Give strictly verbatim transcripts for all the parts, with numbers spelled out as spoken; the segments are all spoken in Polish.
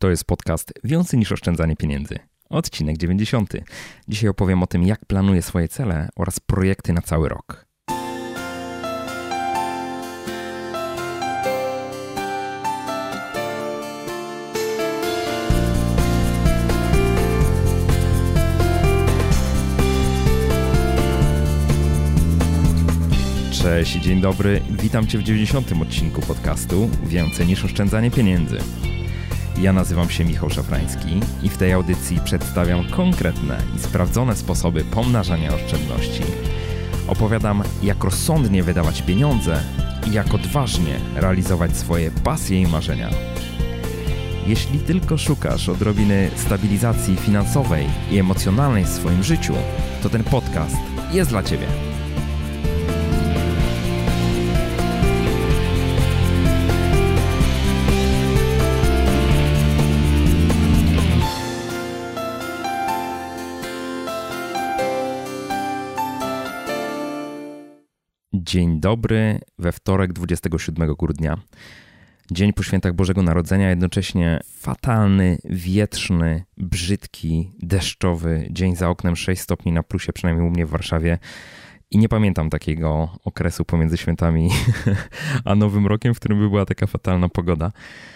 To jest podcast Więcej niż oszczędzanie pieniędzy. Odcinek dziewięćdziesiąty. Dzisiaj opowiem o tym, jak planuję swoje cele oraz projekty na cały rok. Cześć i dzień dobry. Witam Cię w dziewięćdziesiątym odcinku podcastu Więcej niż oszczędzanie pieniędzy. Ja nazywam się Michał Szafrański i w tej audycji przedstawiam konkretne i sprawdzone sposoby pomnażania oszczędności. Opowiadam, jak rozsądnie wydawać pieniądze i jak odważnie realizować swoje pasje i marzenia. Jeśli tylko szukasz odrobiny stabilizacji finansowej i emocjonalnej w swoim życiu, to ten podcast jest dla Ciebie. Dzień dobry, we wtorek dwudziestego siódmego grudnia. Dzień po świętach Bożego Narodzenia, jednocześnie fatalny, wietrzny, brzydki, deszczowy dzień za oknem, sześć stopni na plusie, przynajmniej u mnie w Warszawie. I nie pamiętam takiego okresu pomiędzy świętami a Nowym Rokiem, w którym by była taka fatalna pogoda.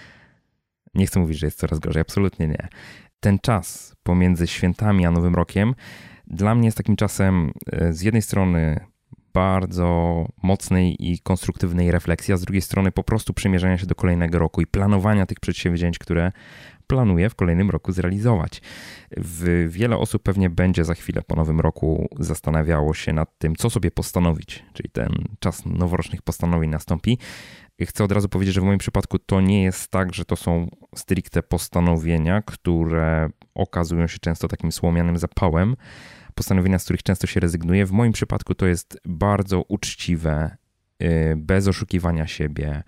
Nie chcę mówić, że jest coraz gorzej, absolutnie nie. Ten czas pomiędzy świętami a Nowym Rokiem dla mnie jest takim czasem z jednej strony bardzo mocnej i konstruktywnej refleksji, a z drugiej strony po prostu przymierzania się do kolejnego roku i planowania tych przedsięwzięć, które planuję w kolejnym roku zrealizować. Wiele osób pewnie będzie za chwilę po nowym roku zastanawiało się nad tym, co sobie postanowić, czyli ten czas noworocznych postanowień nastąpi. Chcę od razu powiedzieć, że w moim przypadku to nie jest tak, że to są stricte postanowienia, które okazują się często takim słomianym zapałem, postanowienia, z których często się rezygnuje. W moim przypadku to jest bardzo uczciwe, bez oszukiwania siebie,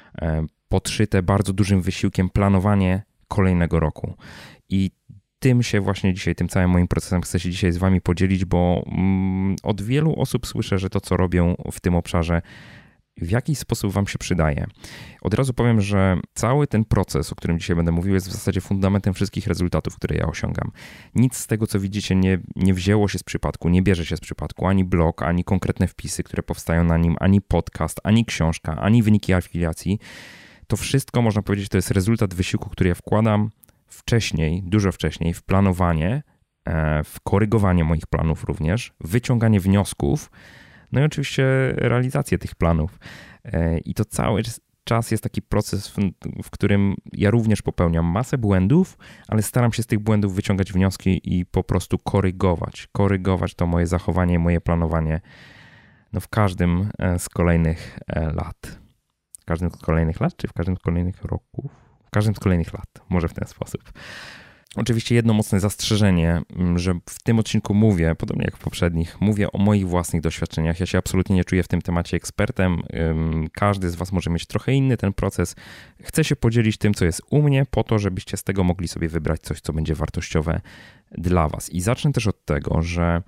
podszyte bardzo dużym wysiłkiem planowanie kolejnego roku. I tym się właśnie dzisiaj, tym całym moim procesem chcę się dzisiaj z Wami podzielić, bo od wielu osób słyszę, że to, co robią w tym obszarze, w jakiś sposób Wam się przydaje. Od razu powiem, że cały ten proces, o którym dzisiaj będę mówił, jest w zasadzie fundamentem wszystkich rezultatów, które ja osiągam. Nic z tego, co widzicie, nie, nie wzięło się z przypadku, nie bierze się z przypadku, ani blog, ani konkretne wpisy, które powstają na nim, ani podcast, ani książka, ani wyniki afiliacji. To wszystko, można powiedzieć, to jest rezultat wysiłku, który ja wkładam wcześniej, dużo wcześniej, w planowanie, w korygowanie moich planów również, w wyciąganie wniosków, no i oczywiście realizację tych planów. I to cały czas jest taki proces, w, w którym ja również popełniam masę błędów, ale staram się z tych błędów wyciągać wnioski i po prostu korygować. Korygować to moje zachowanie i moje planowanie no w każdym z kolejnych lat. W każdym z kolejnych lat, czy w każdym z kolejnych roków? W każdym z kolejnych lat, może w ten sposób. Oczywiście jedno mocne zastrzeżenie, że w tym odcinku mówię, podobnie jak w poprzednich, mówię o moich własnych doświadczeniach. Ja się absolutnie nie czuję w tym temacie ekspertem. Każdy z Was może mieć trochę inny ten proces. Chcę się podzielić tym, co jest u mnie, po to, żebyście z tego mogli sobie wybrać coś, co będzie wartościowe dla Was. I zacznę też od tego, że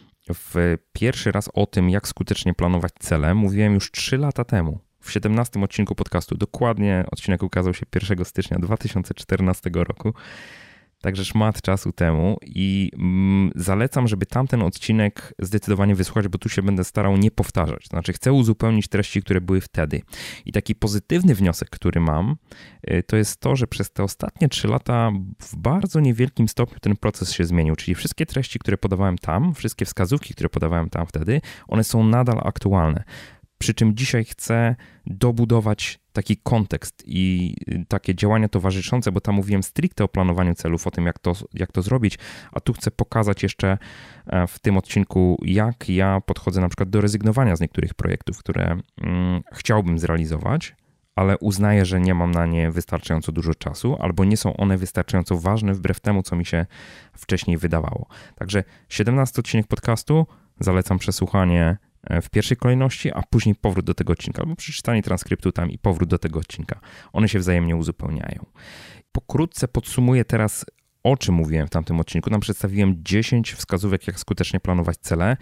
w pierwszy raz o tym, jak skutecznie planować cele, mówiłem już trzy lata temu. W siedemnastym odcinku podcastu. Dokładnie odcinek ukazał się pierwszego stycznia dwa tysiące czternastego roku. Także szmat czasu temu i mm, zalecam, żeby tamten odcinek zdecydowanie wysłuchać, bo tu się będę starał nie powtarzać. Znaczy chcę uzupełnić treści, które były wtedy. I taki pozytywny wniosek, który mam, y, to jest to, że przez te ostatnie trzy lata w bardzo niewielkim stopniu ten proces się zmienił. Czyli wszystkie treści, które podawałem tam, wszystkie wskazówki, które podawałem tam wtedy, one są nadal aktualne. Przy czym dzisiaj chcę dobudować taki kontekst i takie działania towarzyszące, bo tam mówiłem stricte o planowaniu celów, o tym, jak to, jak to zrobić, a tu chcę pokazać jeszcze w tym odcinku, jak ja podchodzę na przykład do rezygnowania z niektórych projektów, które mm, chciałbym zrealizować, ale uznaję, że nie mam na nie wystarczająco dużo czasu, albo nie są one wystarczająco ważne wbrew temu, co mi się wcześniej wydawało. Także siedemnasty odcinek podcastu, zalecam przesłuchanie w pierwszej kolejności, a później powrót do tego odcinka, albo przeczytanie transkryptu tam i powrót do tego odcinka. One się wzajemnie uzupełniają. Pokrótce podsumuję teraz o czym mówiłem w tamtym odcinku. Tam przedstawiłem dziesięć wskazówek, jak skutecznie planować cele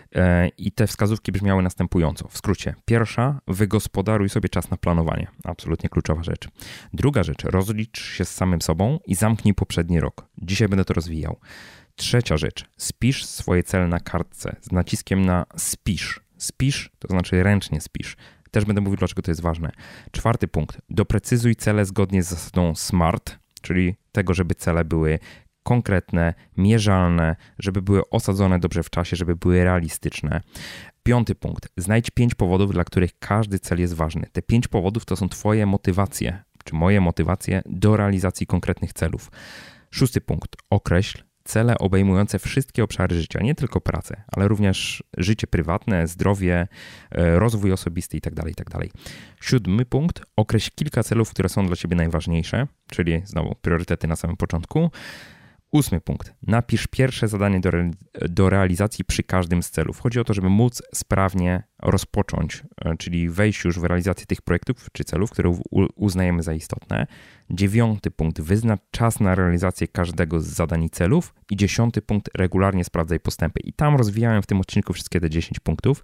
i te wskazówki brzmiały następująco. W skrócie, pierwsza, wygospodaruj sobie czas na planowanie. Absolutnie kluczowa rzecz. Druga rzecz, rozlicz się z samym sobą i zamknij poprzedni rok. Dzisiaj będę to rozwijał. Trzecia rzecz, spisz swoje cele na kartce z naciskiem na spisz. Spisz, to znaczy ręcznie spisz. Też będę mówił, dlaczego to jest ważne. Czwarty punkt, doprecyzuj cele zgodnie z zasadą SMART, czyli tego, żeby cele były konkretne, mierzalne, żeby były osadzone dobrze w czasie, żeby były realistyczne. Piąty punkt, znajdź pięć powodów, dla których każdy cel jest ważny. Te pięć powodów to są twoje motywacje, czy moje motywacje do realizacji konkretnych celów. Szósty punkt, określ cele obejmujące wszystkie obszary życia, nie tylko pracę, ale również życie prywatne, zdrowie, rozwój osobisty itd., itd. Siódmy punkt, określ kilka celów, które są dla ciebie najważniejsze, czyli znowu priorytety na samym początku. Ósmy punkt, napisz pierwsze zadanie do, re- do realizacji przy każdym z celów. Chodzi o to, żeby móc sprawnie rozpocząć, czyli wejść już w realizację tych projektów czy celów, które u- uznajemy za istotne. Dziewiąty punkt, wyznacz czas na realizację każdego z zadań i celów. I dziesiąty punkt, regularnie sprawdzaj postępy. I tam rozwijałem w tym odcinku wszystkie te dziesięć punktów.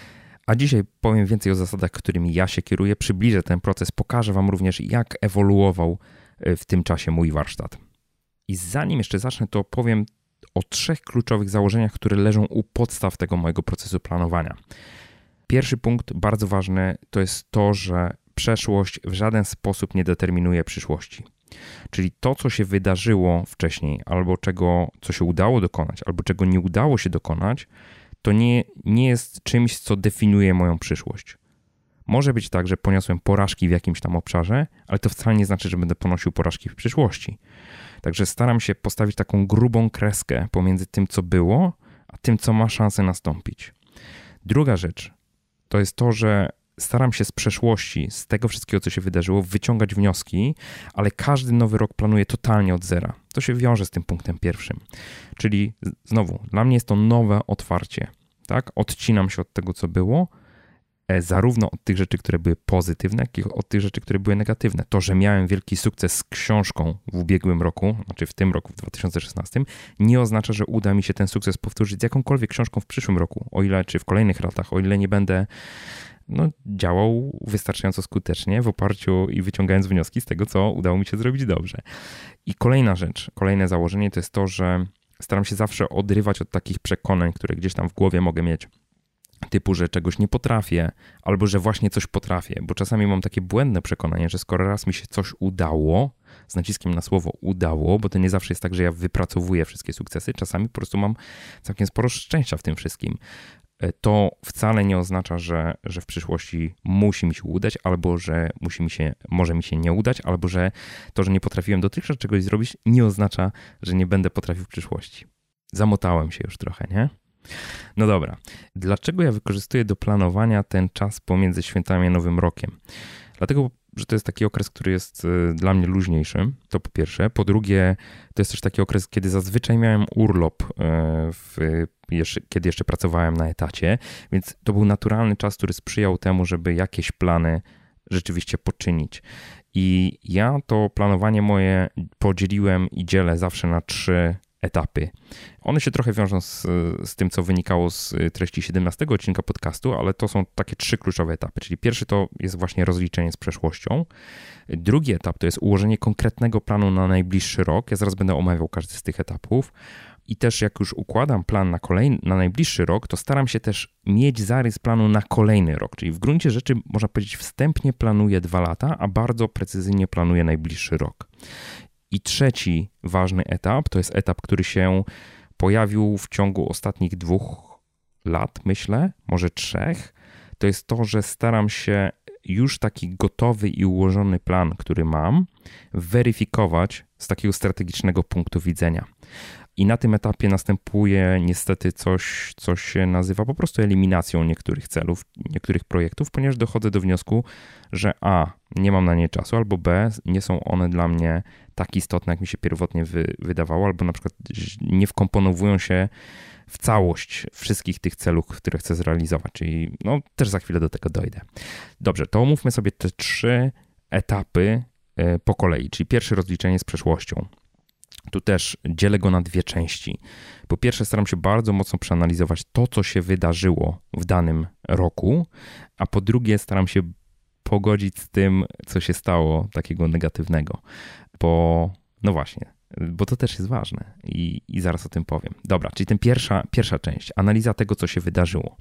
A dzisiaj powiem więcej o zasadach, którymi ja się kieruję, przybliżę ten proces, pokażę wam również, jak ewoluował w tym czasie mój warsztat. I zanim jeszcze zacznę, to powiem o trzech kluczowych założeniach, które leżą u podstaw tego mojego procesu planowania. Pierwszy punkt, bardzo ważny, to jest to, że przeszłość w żaden sposób nie determinuje przyszłości. Czyli to, co się wydarzyło wcześniej, albo czego, co się udało dokonać, albo czego nie udało się dokonać, to nie, nie jest czymś, co definiuje moją przyszłość. Może być tak, że poniosłem porażki w jakimś tam obszarze, ale to wcale nie znaczy, że będę ponosił porażki w przyszłości. Także staram się postawić taką grubą kreskę pomiędzy tym, co było, a tym, co ma szansę nastąpić. Druga rzecz to jest to, że staram się z przeszłości, z tego wszystkiego, co się wydarzyło, wyciągać wnioski, ale każdy nowy rok planuję totalnie od zera. To się wiąże z tym punktem pierwszym. Czyli znowu, dla mnie jest to nowe otwarcie. Tak? Odcinam się od tego, co było, zarówno od tych rzeczy, które były pozytywne, jak i od tych rzeczy, które były negatywne. To, że miałem wielki sukces z książką w ubiegłym roku, znaczy w tym roku, w dwa tysiące szesnastym, nie oznacza, że uda mi się ten sukces powtórzyć z jakąkolwiek książką w przyszłym roku, o ile, czy w kolejnych latach, o ile nie będę no, działał wystarczająco skutecznie w oparciu i wyciągając wnioski z tego, co udało mi się zrobić dobrze. I kolejna rzecz, kolejne założenie to jest to, że staram się zawsze odrywać od takich przekonań, które gdzieś tam w głowie mogę mieć, typu, że czegoś nie potrafię, albo że właśnie coś potrafię, bo czasami mam takie błędne przekonanie, że skoro raz mi się coś udało, z naciskiem na słowo udało, bo to nie zawsze jest tak, że ja wypracowuję wszystkie sukcesy, czasami po prostu mam całkiem sporo szczęścia w tym wszystkim. To wcale nie oznacza, że, że w przyszłości musi mi się udać, albo że musi mi się, może mi się nie udać, albo że to, że nie potrafiłem dotychczas czegoś zrobić, nie oznacza, że nie będę potrafił w przyszłości. Zamotałem się już trochę, nie? No dobra, dlaczego ja wykorzystuję do planowania ten czas pomiędzy świętami a Nowym Rokiem? Dlatego, że to jest taki okres, który jest dla mnie luźniejszy, to po pierwsze. Po drugie, to jest też taki okres, kiedy zazwyczaj miałem urlop, w, jeszcze, kiedy jeszcze pracowałem na etacie, więc to był naturalny czas, który sprzyjał temu, żeby jakieś plany rzeczywiście poczynić. I ja to planowanie moje podzieliłem i dzielę zawsze na trzy etapy. One się trochę wiążą z, z tym, co wynikało z treści siedemnastego odcinka podcastu, ale to są takie trzy kluczowe etapy. Czyli pierwszy to jest właśnie rozliczenie z przeszłością. Drugi etap to jest ułożenie konkretnego planu na najbliższy rok. Ja zaraz będę omawiał każdy z tych etapów. I też jak już układam plan na, kolejny, na najbliższy rok, to staram się też mieć zarys planu na kolejny rok. Czyli w gruncie rzeczy, można powiedzieć, wstępnie planuję dwa lata, a bardzo precyzyjnie planuję najbliższy rok. I trzeci ważny etap, to jest etap, który się pojawił w ciągu ostatnich dwóch lat, myślę, może trzech. To jest to, że staram się już taki gotowy i ułożony plan, który mam, weryfikować z takiego strategicznego punktu widzenia. I na tym etapie następuje niestety coś, co się nazywa po prostu eliminacją niektórych celów, niektórych projektów, ponieważ dochodzę do wniosku, że a, nie mam na nie czasu, albo b, nie są one dla mnie tak istotne, jak mi się pierwotnie wy, wydawało, albo na przykład nie wkomponowują się w całość wszystkich tych celów, które chcę zrealizować, czyli no też za chwilę do tego dojdę. Dobrze, to omówmy sobie te trzy etapy po kolei, czyli pierwsze rozliczenie z przeszłością. tu też dzielę go na dwie części. Po pierwsze, staram się bardzo mocno przeanalizować to, co się wydarzyło w danym roku, a po drugie, staram się pogodzić z tym, co się stało takiego negatywnego, bo no właśnie, bo to też jest ważne i, i zaraz o tym powiem. Dobra, czyli ten pierwsza, pierwsza część, analiza tego, co się wydarzyło.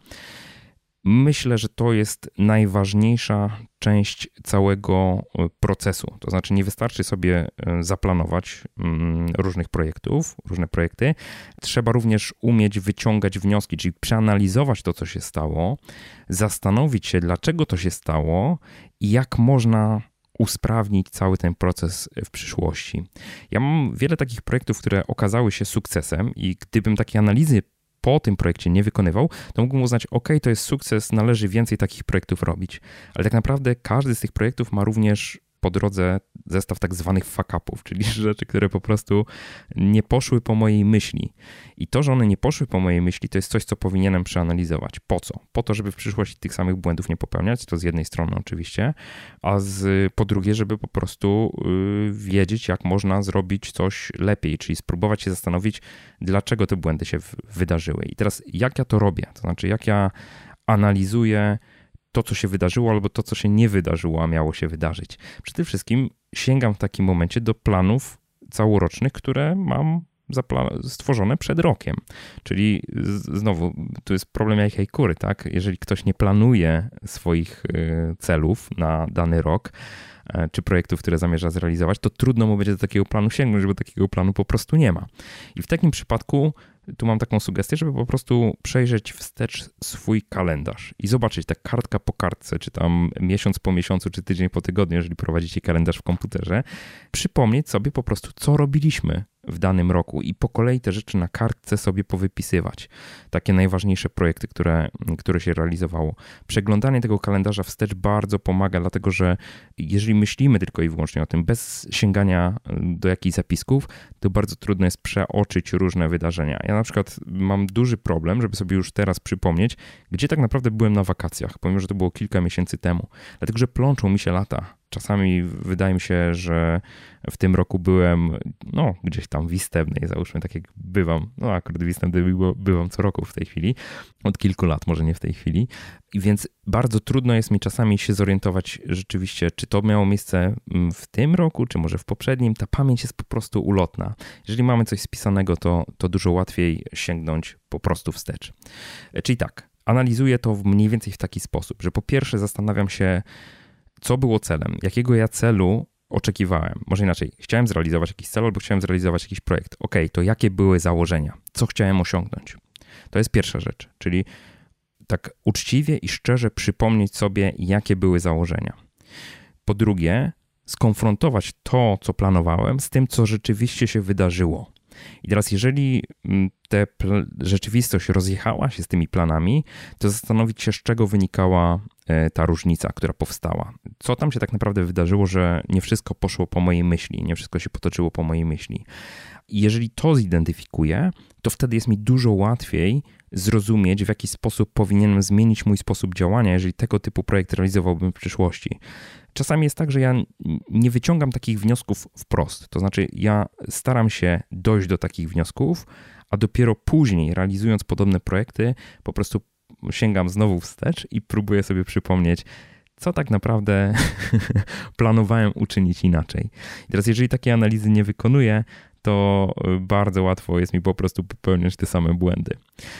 Myślę, że to jest najważniejsza część całego procesu. To znaczy nie wystarczy sobie zaplanować różnych projektów, różne projekty. Trzeba również umieć wyciągać wnioski, czyli przeanalizować to, co się stało, zastanowić się, dlaczego to się stało i jak można usprawnić cały ten proces w przyszłości. Ja mam wiele takich projektów, które okazały się sukcesem i gdybym takiej analizy po tym projekcie nie wykonywał, to mógłbym uznać, ok, to jest sukces, należy więcej takich projektów robić. Ale tak naprawdę każdy z tych projektów ma również po drodze zestaw tak zwanych fuck-upów, czyli rzeczy, które po prostu nie poszły po mojej myśli. I to, że one nie poszły po mojej myśli, to jest coś, co powinienem przeanalizować. Po co? Po to, żeby w przyszłości tych samych błędów nie popełniać, to z jednej strony oczywiście, a z, po drugie, żeby po prostu yy, wiedzieć, jak można zrobić coś lepiej, czyli spróbować się zastanowić, dlaczego te błędy się w, wydarzyły. I teraz jak ja to robię? To znaczy, jak ja analizuję to, co się wydarzyło, albo to, co się nie wydarzyło, a miało się wydarzyć. Przede wszystkim sięgam w takim momencie do planów całorocznych, które mam stworzone przed rokiem. Czyli znowu, tu jest problem jajka i kury, tak? Jeżeli ktoś nie planuje swoich celów na dany rok, czy projektów, które zamierza zrealizować, to trudno mu będzie do takiego planu sięgnąć, bo takiego planu po prostu nie ma. I w takim przypadku tu mam taką sugestię, żeby po prostu przejrzeć wstecz swój kalendarz i zobaczyć tak kartka po kartce, czy tam miesiąc po miesiącu, czy tydzień po tygodniu, jeżeli prowadzicie kalendarz w komputerze, przypomnieć sobie po prostu, co robiliśmy w danym roku i po kolei te rzeczy na kartce sobie powypisywać. Takie najważniejsze projekty, które, które się realizowało. Przeglądanie tego kalendarza wstecz bardzo pomaga, dlatego że jeżeli myślimy tylko i wyłącznie o tym, bez sięgania do jakichś zapisków, to bardzo trudno jest przeoczyć różne wydarzenia. Ja na przykład mam duży problem, żeby sobie już teraz przypomnieć, gdzie tak naprawdę byłem na wakacjach, pomimo że to było kilka miesięcy temu. Dlatego, że plączą mi się lata. Czasami wydaje mi się, że w tym roku byłem no, gdzieś tam w Istebnej, załóżmy, tak jak bywam, no akurat w Istebnej bywam co roku w tej chwili, od kilku lat, może nie w tej chwili. I więc bardzo trudno jest mi czasami się zorientować rzeczywiście, czy to miało miejsce w tym roku, czy może w poprzednim. Ta pamięć jest po prostu ulotna. Jeżeli mamy coś spisanego, to, to dużo łatwiej sięgnąć po prostu wstecz. Czyli tak, analizuję to mniej więcej w taki sposób, że po pierwsze zastanawiam się, co było celem, jakiego ja celu oczekiwałem. Może inaczej, chciałem zrealizować jakiś cel albo chciałem zrealizować jakiś projekt. Ok, to jakie były założenia? Co chciałem osiągnąć? To jest pierwsza rzecz, czyli tak uczciwie i szczerze przypomnieć sobie, jakie były założenia. Po drugie, skonfrontować to, co planowałem, z tym, co rzeczywiście się wydarzyło. I teraz jeżeli te pl- rzeczywistość rozjechała się z tymi planami, to zastanowić się, z czego wynikała ta różnica, która powstała. Co tam się tak naprawdę wydarzyło, że nie wszystko poszło po mojej myśli, nie wszystko się potoczyło po mojej myśli. I jeżeli to zidentyfikuję, to wtedy jest mi dużo łatwiej zrozumieć, w jaki sposób powinienem zmienić mój sposób działania, jeżeli tego typu projekt realizowałbym w przyszłości. Czasami jest tak, że ja nie wyciągam takich wniosków wprost. To znaczy ja staram się dojść do takich wniosków, a dopiero później, realizując podobne projekty, po prostu sięgam znowu wstecz i próbuję sobie przypomnieć, co tak naprawdę planowałem uczynić inaczej. I teraz jeżeli takiej analizy nie wykonuję, to bardzo łatwo jest mi po prostu popełniać te same błędy.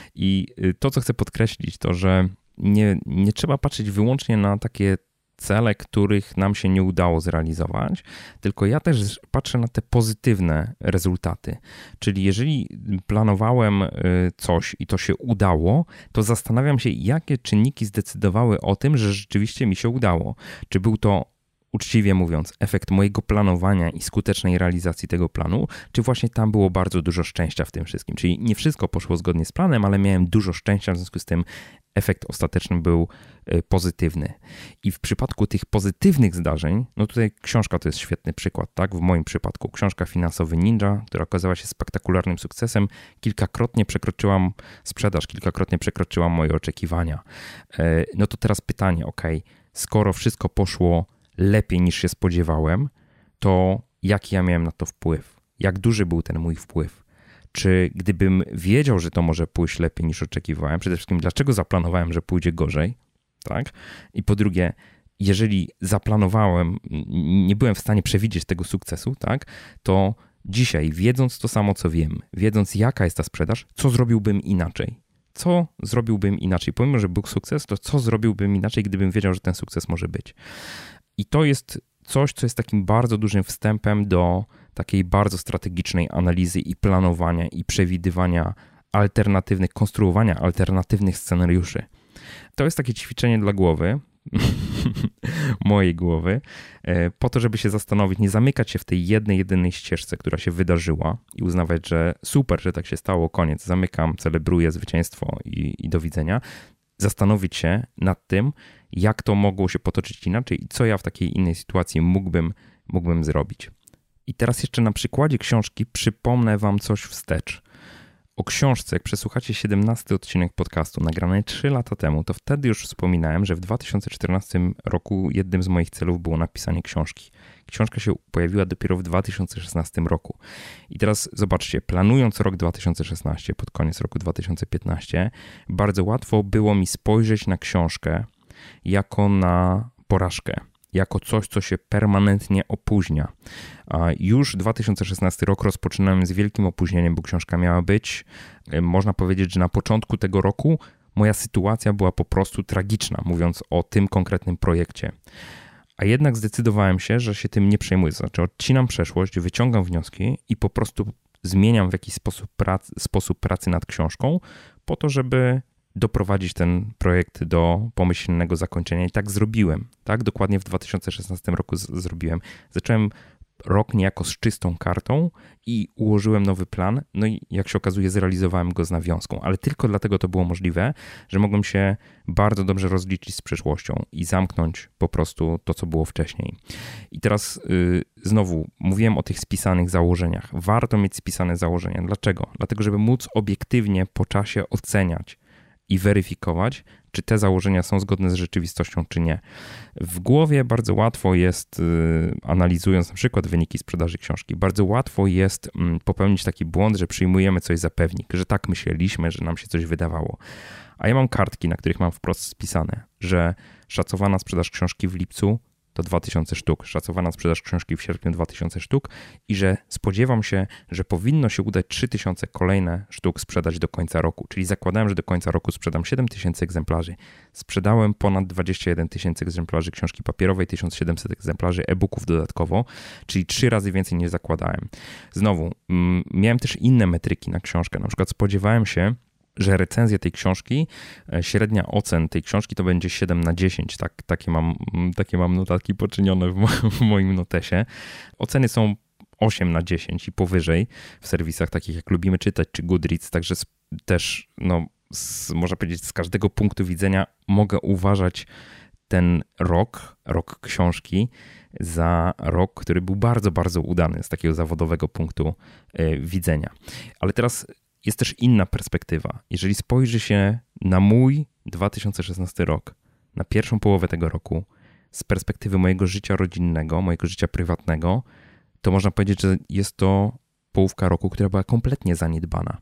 I to, co chcę podkreślić, to że nie, nie trzeba patrzeć wyłącznie na takie cele, których nam się nie udało zrealizować, tylko ja też patrzę na te pozytywne rezultaty. Czyli jeżeli planowałem coś i to się udało, to zastanawiam się, jakie czynniki zdecydowały o tym, że rzeczywiście mi się udało. Czy był to, uczciwie mówiąc, efekt mojego planowania i skutecznej realizacji tego planu, czy właśnie tam było bardzo dużo szczęścia w tym wszystkim. Czyli nie wszystko poszło zgodnie z planem, ale miałem dużo szczęścia, w związku z tym efekt ostateczny był pozytywny. I w przypadku tych pozytywnych zdarzeń, no tutaj książka to jest świetny przykład, tak? W moim przypadku książka Finansowy Ninja, która okazała się spektakularnym sukcesem, kilkakrotnie przekroczyłam sprzedaż, kilkakrotnie przekroczyłam moje oczekiwania. No to teraz pytanie, ok, skoro wszystko poszło lepiej niż się spodziewałem, to jaki ja miałem na to wpływ? Jak duży był ten mój wpływ? Czy gdybym wiedział, że to może pójść lepiej niż oczekiwałem, przede wszystkim dlaczego zaplanowałem, że pójdzie gorzej, tak? I po drugie, jeżeli zaplanowałem, nie byłem w stanie przewidzieć tego sukcesu, tak? To dzisiaj, wiedząc to samo, co wiem, wiedząc jaka jest ta sprzedaż, co zrobiłbym inaczej? Co zrobiłbym inaczej? Pomimo, że był sukces, to co zrobiłbym inaczej, gdybym wiedział, że ten sukces może być? I to jest coś, co jest takim bardzo dużym wstępem do takiej bardzo strategicznej analizy i planowania i przewidywania alternatywnych, konstruowania alternatywnych scenariuszy. To jest takie ćwiczenie dla głowy, mojej głowy, po to, żeby się zastanowić, nie zamykać się w tej jednej, jedynej ścieżce, która się wydarzyła i uznawać, że super, że tak się stało, koniec, zamykam, celebruję zwycięstwo i, i do widzenia. Zastanowić się nad tym, jak to mogło się potoczyć inaczej i co ja w takiej innej sytuacji mógłbym, mógłbym zrobić. I teraz jeszcze na przykładzie książki przypomnę wam coś wstecz. O książce, jak przesłuchacie siedemnasty odcinek podcastu nagrany trzy lata temu, to wtedy już wspominałem, że w dwa tysiące czternastym roku jednym z moich celów było napisanie książki. Książka się pojawiła dopiero w dwa tysiące szesnastym roku. I teraz zobaczcie, planując rok dwa tysiące szesnasty, pod koniec roku dwa tysiące piętnastego, bardzo łatwo było mi spojrzeć na książkę jako na porażkę. Jako coś, co się permanentnie opóźnia. Już dwa tysiące szesnasty rok rozpoczynałem z wielkim opóźnieniem, bo książka miała być. Można powiedzieć, że na początku tego roku moja sytuacja była po prostu tragiczna, mówiąc o tym konkretnym projekcie. A jednak zdecydowałem się, że się tym nie przejmuję. Znaczy odcinam przeszłość, wyciągam wnioski i po prostu zmieniam w jakiś sposób, prac, sposób pracy nad książką po to, żeby doprowadzić ten projekt do pomyślnego zakończenia i tak zrobiłem. Tak, dokładnie w dwa tysiące szesnastym roku z- zrobiłem. Zacząłem rok niejako z czystą kartą i ułożyłem nowy plan, no i jak się okazuje zrealizowałem go z nawiązką, ale tylko dlatego to było możliwe, że mogłem się bardzo dobrze rozliczyć z przeszłością i zamknąć po prostu to, co było wcześniej. I teraz yy, znowu mówiłem o tych spisanych założeniach. Warto mieć spisane założenia. Dlaczego? Dlatego, żeby móc obiektywnie po czasie oceniać i weryfikować, czy te założenia są zgodne z rzeczywistością, czy nie. W głowie bardzo łatwo jest, analizując na przykład wyniki sprzedaży książki, bardzo łatwo jest popełnić taki błąd, że przyjmujemy coś za pewnik, że tak myśleliśmy, że nam się coś wydawało. A ja mam kartki, na których mam wprost spisane, że szacowana sprzedaż książki w lipcu to dwa tysiące sztuk, szacowana sprzedaż książki w sierpniu dwa tysiące sztuk i że spodziewam się, że powinno się udać trzy tysiące kolejne sztuk sprzedać do końca roku, czyli zakładałem, że do końca roku sprzedam siedem tysięcy egzemplarzy. Sprzedałem ponad dwadzieścia jeden tysięcy egzemplarzy książki papierowej, tysiąc siedemset egzemplarzy e-booków dodatkowo, czyli trzy razy więcej niż zakładałem. Znowu, mm, miałem też inne metryki na książkę, na przykład spodziewałem się, że recenzja tej książki, średnia ocen tej książki to będzie siedem na dziesięć. Tak, takie, mam, takie mam notatki poczynione w, mo, w moim notesie. Oceny są osiem na dziesięć i powyżej w serwisach takich jak Lubimy Czytać czy Goodreads, także też no, z, można powiedzieć z każdego punktu widzenia mogę uważać ten rok, rok książki za rok, który był bardzo, bardzo udany z takiego zawodowego punktu y, widzenia. Ale teraz jest też inna perspektywa. Jeżeli spojrzy się na mój dwa tysiące szesnasty rok, na pierwszą połowę tego roku, z perspektywy mojego życia rodzinnego, mojego życia prywatnego, to można powiedzieć, że jest to połówka roku, która była kompletnie zaniedbana.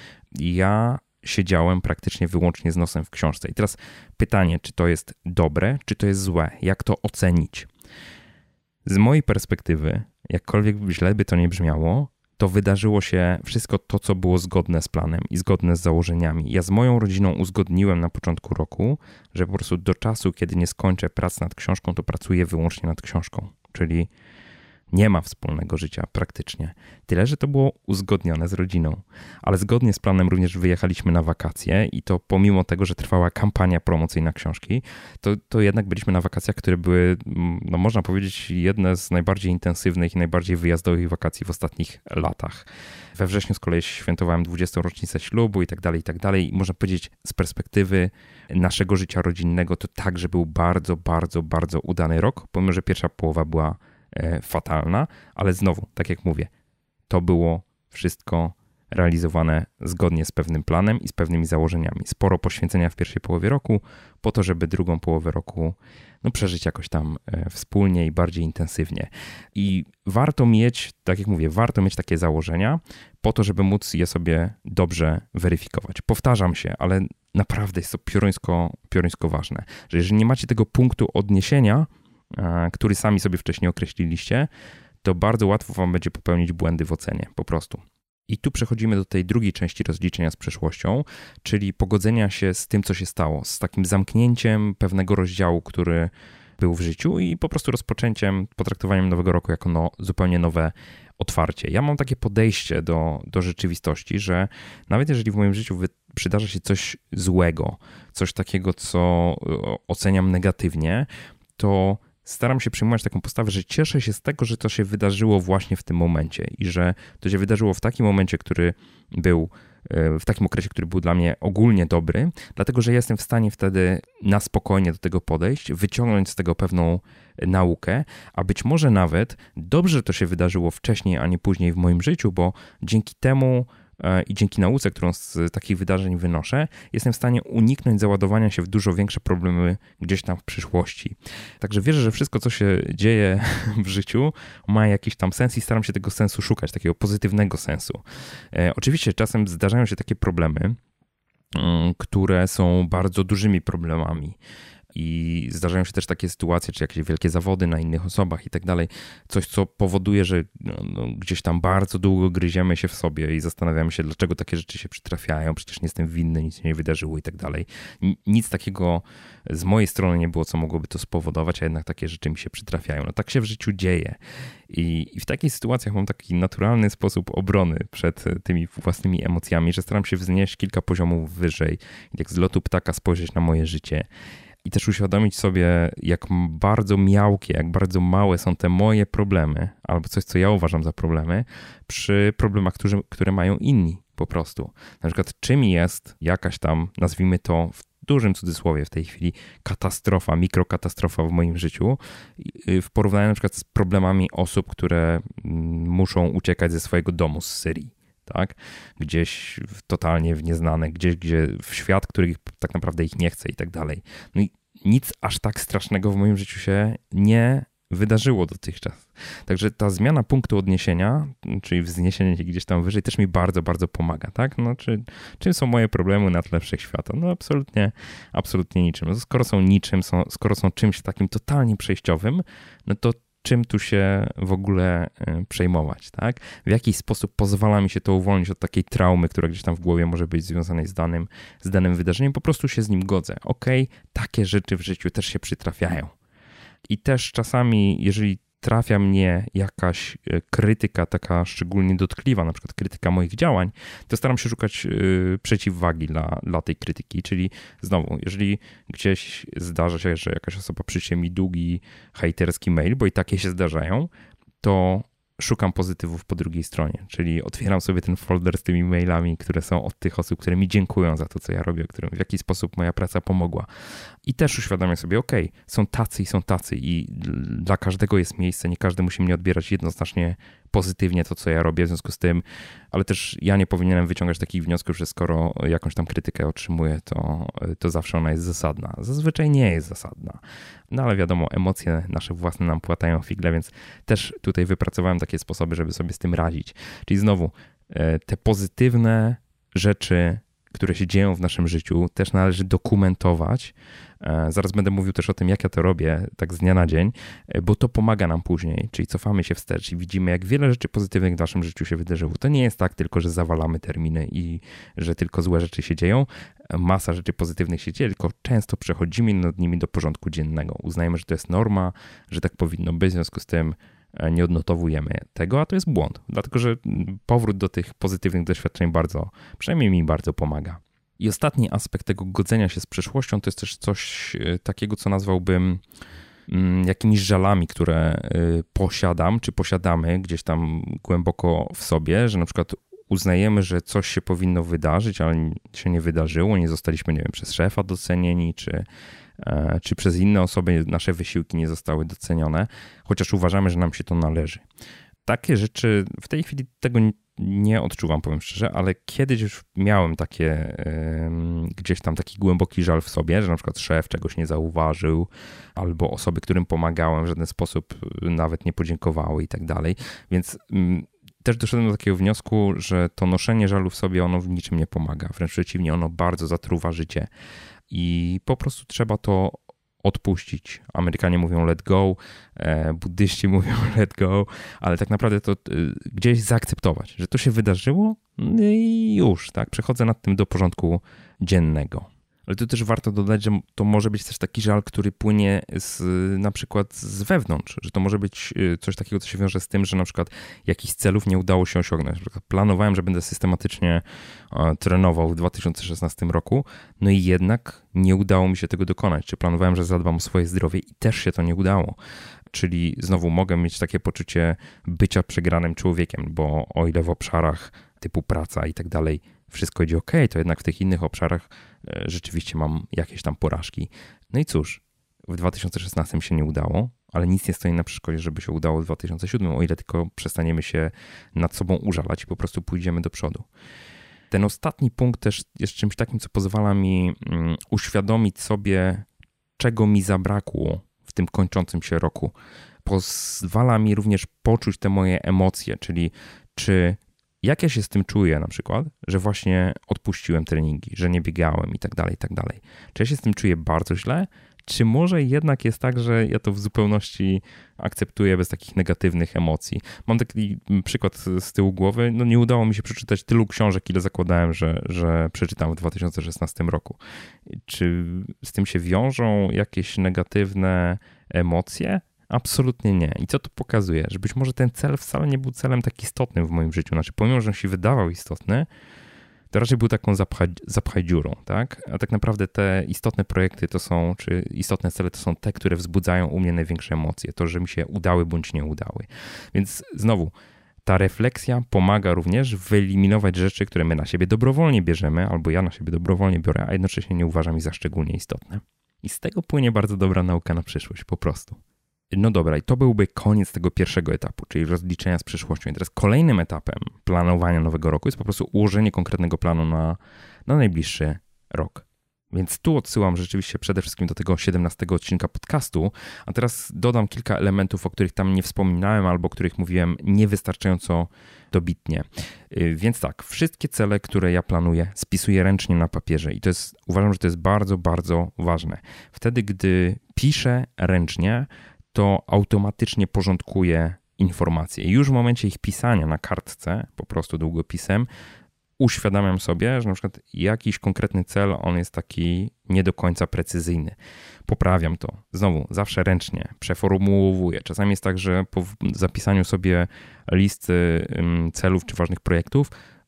Ja siedziałem praktycznie wyłącznie z nosem w książce. I teraz pytanie, czy to jest dobre, czy to jest złe? Jak to ocenić? Z mojej perspektywy, jakkolwiek źle by to nie brzmiało, to wydarzyło się wszystko to, co było zgodne z planem i zgodne z założeniami. Ja z moją rodziną uzgodniłem na początku roku, że po prostu do czasu, kiedy nie skończę prac nad książką, to pracuję wyłącznie nad książką. Czyli nie ma wspólnego życia praktycznie. Tyle, że to było uzgodnione z rodziną. Ale zgodnie z planem również wyjechaliśmy na wakacje i to pomimo tego, że trwała kampania promocyjna książki, to, to jednak byliśmy na wakacjach, które były, no można powiedzieć, jedne z najbardziej intensywnych i najbardziej wyjazdowych wakacji w ostatnich latach. We wrześniu z kolei świętowałem dwudziestą rocznicę ślubu i tak dalej, i tak dalej. I można powiedzieć, z perspektywy naszego życia rodzinnego to także był bardzo, bardzo, bardzo udany rok, pomimo że pierwsza połowa była fatalna, ale znowu, tak jak mówię, to było wszystko realizowane zgodnie z pewnym planem i z pewnymi założeniami. Sporo poświęcenia w pierwszej połowie roku po to, żeby drugą połowę roku no, przeżyć jakoś tam wspólnie i bardziej intensywnie. I warto mieć, tak jak mówię, warto mieć takie założenia po to, żeby móc je sobie dobrze weryfikować. Powtarzam się, ale naprawdę jest to pioruńsko, pioruńsko ważne, że jeżeli nie macie tego punktu odniesienia, który sami sobie wcześniej określiliście, to bardzo łatwo wam będzie popełnić błędy w ocenie, po prostu. I tu przechodzimy do tej drugiej części rozliczenia z przeszłością, czyli pogodzenia się z tym, co się stało, z takim zamknięciem pewnego rozdziału, który był w życiu i po prostu rozpoczęciem, potraktowaniem nowego roku jako no, zupełnie nowe otwarcie. Ja mam takie podejście do, do rzeczywistości, że nawet jeżeli w moim życiu wy, przydarza się coś złego, coś takiego, co oceniam negatywnie, to staram się przyjmować taką postawę, że cieszę się z tego, że to się wydarzyło właśnie w tym momencie i że to się wydarzyło w takim momencie, który był, w takim okresie, który był dla mnie ogólnie dobry, dlatego że jestem w stanie wtedy na spokojnie do tego podejść, wyciągnąć z tego pewną naukę, a być może nawet dobrze, że to się wydarzyło wcześniej, a nie później w moim życiu, bo dzięki temu i dzięki nauce, którą z takich wydarzeń wynoszę, jestem w stanie uniknąć załadowania się w dużo większe problemy gdzieś tam w przyszłości. Także wierzę, że wszystko, co się dzieje w życiu, ma jakiś tam sens i staram się tego sensu szukać, takiego pozytywnego sensu. E, oczywiście czasem zdarzają się takie problemy, y, które są bardzo dużymi problemami. I zdarzają się też takie sytuacje, czy jakieś wielkie zawody na innych osobach i tak dalej. Coś, co powoduje, że no, no, gdzieś tam bardzo długo gryziemy się w sobie i zastanawiamy się, dlaczego takie rzeczy się przytrafiają. Przecież nie jestem winny, nic się nie wydarzyło i tak dalej. Nic takiego z mojej strony nie było, co mogłoby to spowodować, a jednak takie rzeczy mi się przytrafiają. No tak się w życiu dzieje. I, i w takich sytuacjach mam taki naturalny sposób obrony przed tymi własnymi emocjami, że staram się wznieść kilka poziomów wyżej, jak z lotu ptaka spojrzeć na moje życie. I też uświadomić sobie, jak bardzo miałkie, jak bardzo małe są te moje problemy, albo coś, co ja uważam za problemy, przy problemach, które, które mają inni po prostu. Na przykład czym jest jakaś tam, nazwijmy to w dużym cudzysłowie w tej chwili, katastrofa, mikrokatastrofa w moim życiu, w porównaniu na przykład z problemami osób, które muszą uciekać ze swojego domu z Syrii. Tak? Gdzieś totalnie w nieznane, gdzieś gdzie w świat, który tak naprawdę ich nie chce i tak dalej. No i nic aż tak strasznego w moim życiu się nie wydarzyło dotychczas. Także ta zmiana punktu odniesienia, czyli wzniesienie się gdzieś tam wyżej, też mi bardzo, bardzo pomaga. Tak? No, czy, czym są moje problemy na tle wszechświata? No absolutnie, absolutnie niczym. No, skoro są niczym, są, skoro są czymś takim totalnie przejściowym, no to czym tu się w ogóle przejmować, tak? W jaki sposób pozwala mi się to uwolnić od takiej traumy, która gdzieś tam w głowie może być związanej z danym, z danym wydarzeniem, po prostu się z nim godzę. Okej, takie rzeczy w życiu też się przytrafiają. I też czasami, jeżeli trafia mnie jakaś krytyka taka szczególnie dotkliwa, na przykład krytyka moich działań, to staram się szukać przeciwwagi dla, dla tej krytyki, czyli znowu, jeżeli gdzieś zdarza się, że jakaś osoba przyśle mi długi hejterski mail, bo i takie się zdarzają, to szukam pozytywów po drugiej stronie, czyli otwieram sobie ten folder z tymi mailami, które są od tych osób, które mi dziękują za to, co ja robię, którym w jaki sposób moja praca pomogła. I też uświadamiam sobie, okej, okay, są tacy i są tacy i dla każdego jest miejsce, nie każdy musi mnie odbierać jednoznacznie pozytywnie to, co ja robię, w związku z tym, ale też ja nie powinienem wyciągać takich wniosków, że skoro jakąś tam krytykę otrzymuję, to, to zawsze ona jest zasadna. Zazwyczaj nie jest zasadna. No ale wiadomo, emocje nasze własne nam płatają figle, więc też tutaj wypracowałem takie sposoby, żeby sobie z tym radzić. Czyli znowu, te pozytywne rzeczy, które się dzieją w naszym życiu, też należy dokumentować. Zaraz będę mówił też o tym, jak ja to robię, tak z dnia na dzień, bo to pomaga nam później, czyli cofamy się wstecz i widzimy, jak wiele rzeczy pozytywnych w naszym życiu się wydarzyło. To nie jest tak tylko, że zawalamy terminy i że tylko złe rzeczy się dzieją. Masa rzeczy pozytywnych się dzieje, tylko często przechodzimy nad nimi do porządku dziennego. Uznajemy, że to jest norma, że tak powinno być, w związku z tym nie odnotowujemy tego, a to jest błąd, dlatego że powrót do tych pozytywnych doświadczeń bardzo, przynajmniej mi bardzo pomaga. I ostatni aspekt tego godzenia się z przeszłością to jest też coś takiego, co nazwałbym jakimiś żalami, które posiadam, czy posiadamy gdzieś tam głęboko w sobie, że na przykład uznajemy, że coś się powinno wydarzyć, ale się nie wydarzyło, nie zostaliśmy, nie wiem, przez szefa docenieni, czy czy przez inne osoby nasze wysiłki nie zostały docenione, chociaż uważamy, że nam się to należy. takie rzeczy, w tej chwili tego nie, nie odczuwam, powiem szczerze, ale kiedyś już miałem takie, yy, gdzieś tam taki głęboki żal w sobie, że na przykład szef czegoś nie zauważył, albo osoby, którym pomagałem w żaden sposób nawet nie podziękowały i tak dalej, więc yy, też doszedłem do takiego wniosku, że to noszenie żalu w sobie, ono w niczym nie pomaga, wręcz przeciwnie, ono bardzo zatruwa życie i po prostu trzeba to odpuścić. Amerykanie mówią let go, e, buddyści mówią let go, ale tak naprawdę to e, gdzieś zaakceptować, że to się wydarzyło i już, tak, przechodzę nad tym do porządku dziennego. Ale tu też warto dodać, że to może być też taki żal, który płynie z, na przykład z wewnątrz, że to może być coś takiego, co się wiąże z tym, że na przykład jakichś celów nie udało się osiągnąć. Na przykład planowałem, że będę systematycznie trenował w dwa tysiące szesnastym roku, no i jednak nie udało mi się tego dokonać. Czy planowałem, że zadbam o swoje zdrowie i też się to nie udało. Czyli znowu mogę mieć takie poczucie bycia przegranym człowiekiem, bo o ile w obszarach typu praca i tak dalej wszystko idzie ok, to jednak w tych innych obszarach rzeczywiście mam jakieś tam porażki. No i cóż, w dwa tysiące szesnastym się nie udało, ale nic nie stoi na przeszkodzie, żeby się udało w dwa tysiące siódmym, o ile tylko przestaniemy się nad sobą użalać i po prostu pójdziemy do przodu. Ten ostatni punkt też jest czymś takim, co pozwala mi um, uświadomić sobie, czego mi zabrakło w tym kończącym się roku. Pozwala mi również poczuć te moje emocje, czyli czy jak ja się z tym czuję na przykład, że właśnie odpuściłem treningi, że nie biegałem i tak dalej, i tak dalej. Czy ja się z tym czuję bardzo źle, czy może jednak jest tak, że ja to w zupełności akceptuję bez takich negatywnych emocji. Mam taki przykład z tyłu głowy, no nie udało mi się przeczytać tylu książek, ile zakładałem, że, że przeczytam w dwa tysiące szesnastym roku. Czy z tym się wiążą jakieś negatywne emocje? Absolutnie nie. I co to pokazuje? Że być może ten cel wcale nie był celem tak istotnym w moim życiu. Znaczy, pomimo, że on się wydawał istotny, to raczej był taką zapchaj, zapchaj dziurą, tak? A tak naprawdę te istotne projekty to są, czy istotne cele to są te, które wzbudzają u mnie największe emocje. To, że mi się udały bądź nie udały. Więc znowu, ta refleksja pomaga również wyeliminować rzeczy, które my na siebie dobrowolnie bierzemy, albo ja na siebie dobrowolnie biorę, a jednocześnie nie uważam ich za szczególnie istotne. I z tego płynie bardzo dobra nauka na przyszłość, po prostu. No dobra, i to byłby koniec tego pierwszego etapu, czyli rozliczenia z przyszłością. I teraz kolejnym etapem planowania nowego roku jest po prostu ułożenie konkretnego planu na, na najbliższy rok. Więc tu odsyłam rzeczywiście przede wszystkim do tego siedemnastego odcinka podcastu, a teraz dodam kilka elementów, o których tam nie wspominałem albo o których mówiłem niewystarczająco dobitnie. Więc tak, wszystkie cele, które ja planuję, spisuję ręcznie na papierze i to jest, uważam, że to jest bardzo, bardzo ważne. Wtedy, gdy piszę ręcznie, to automatycznie porządkuje informacje. I już w momencie ich pisania na kartce, po prostu długopisem, uświadamiam sobie, że na przykład jakiś konkretny cel, on jest taki nie do końca precyzyjny. Poprawiam to. Znowu, zawsze ręcznie, przeformułowuję. Czasami jest tak, że po zapisaniu sobie listy celów czy ważnych projektów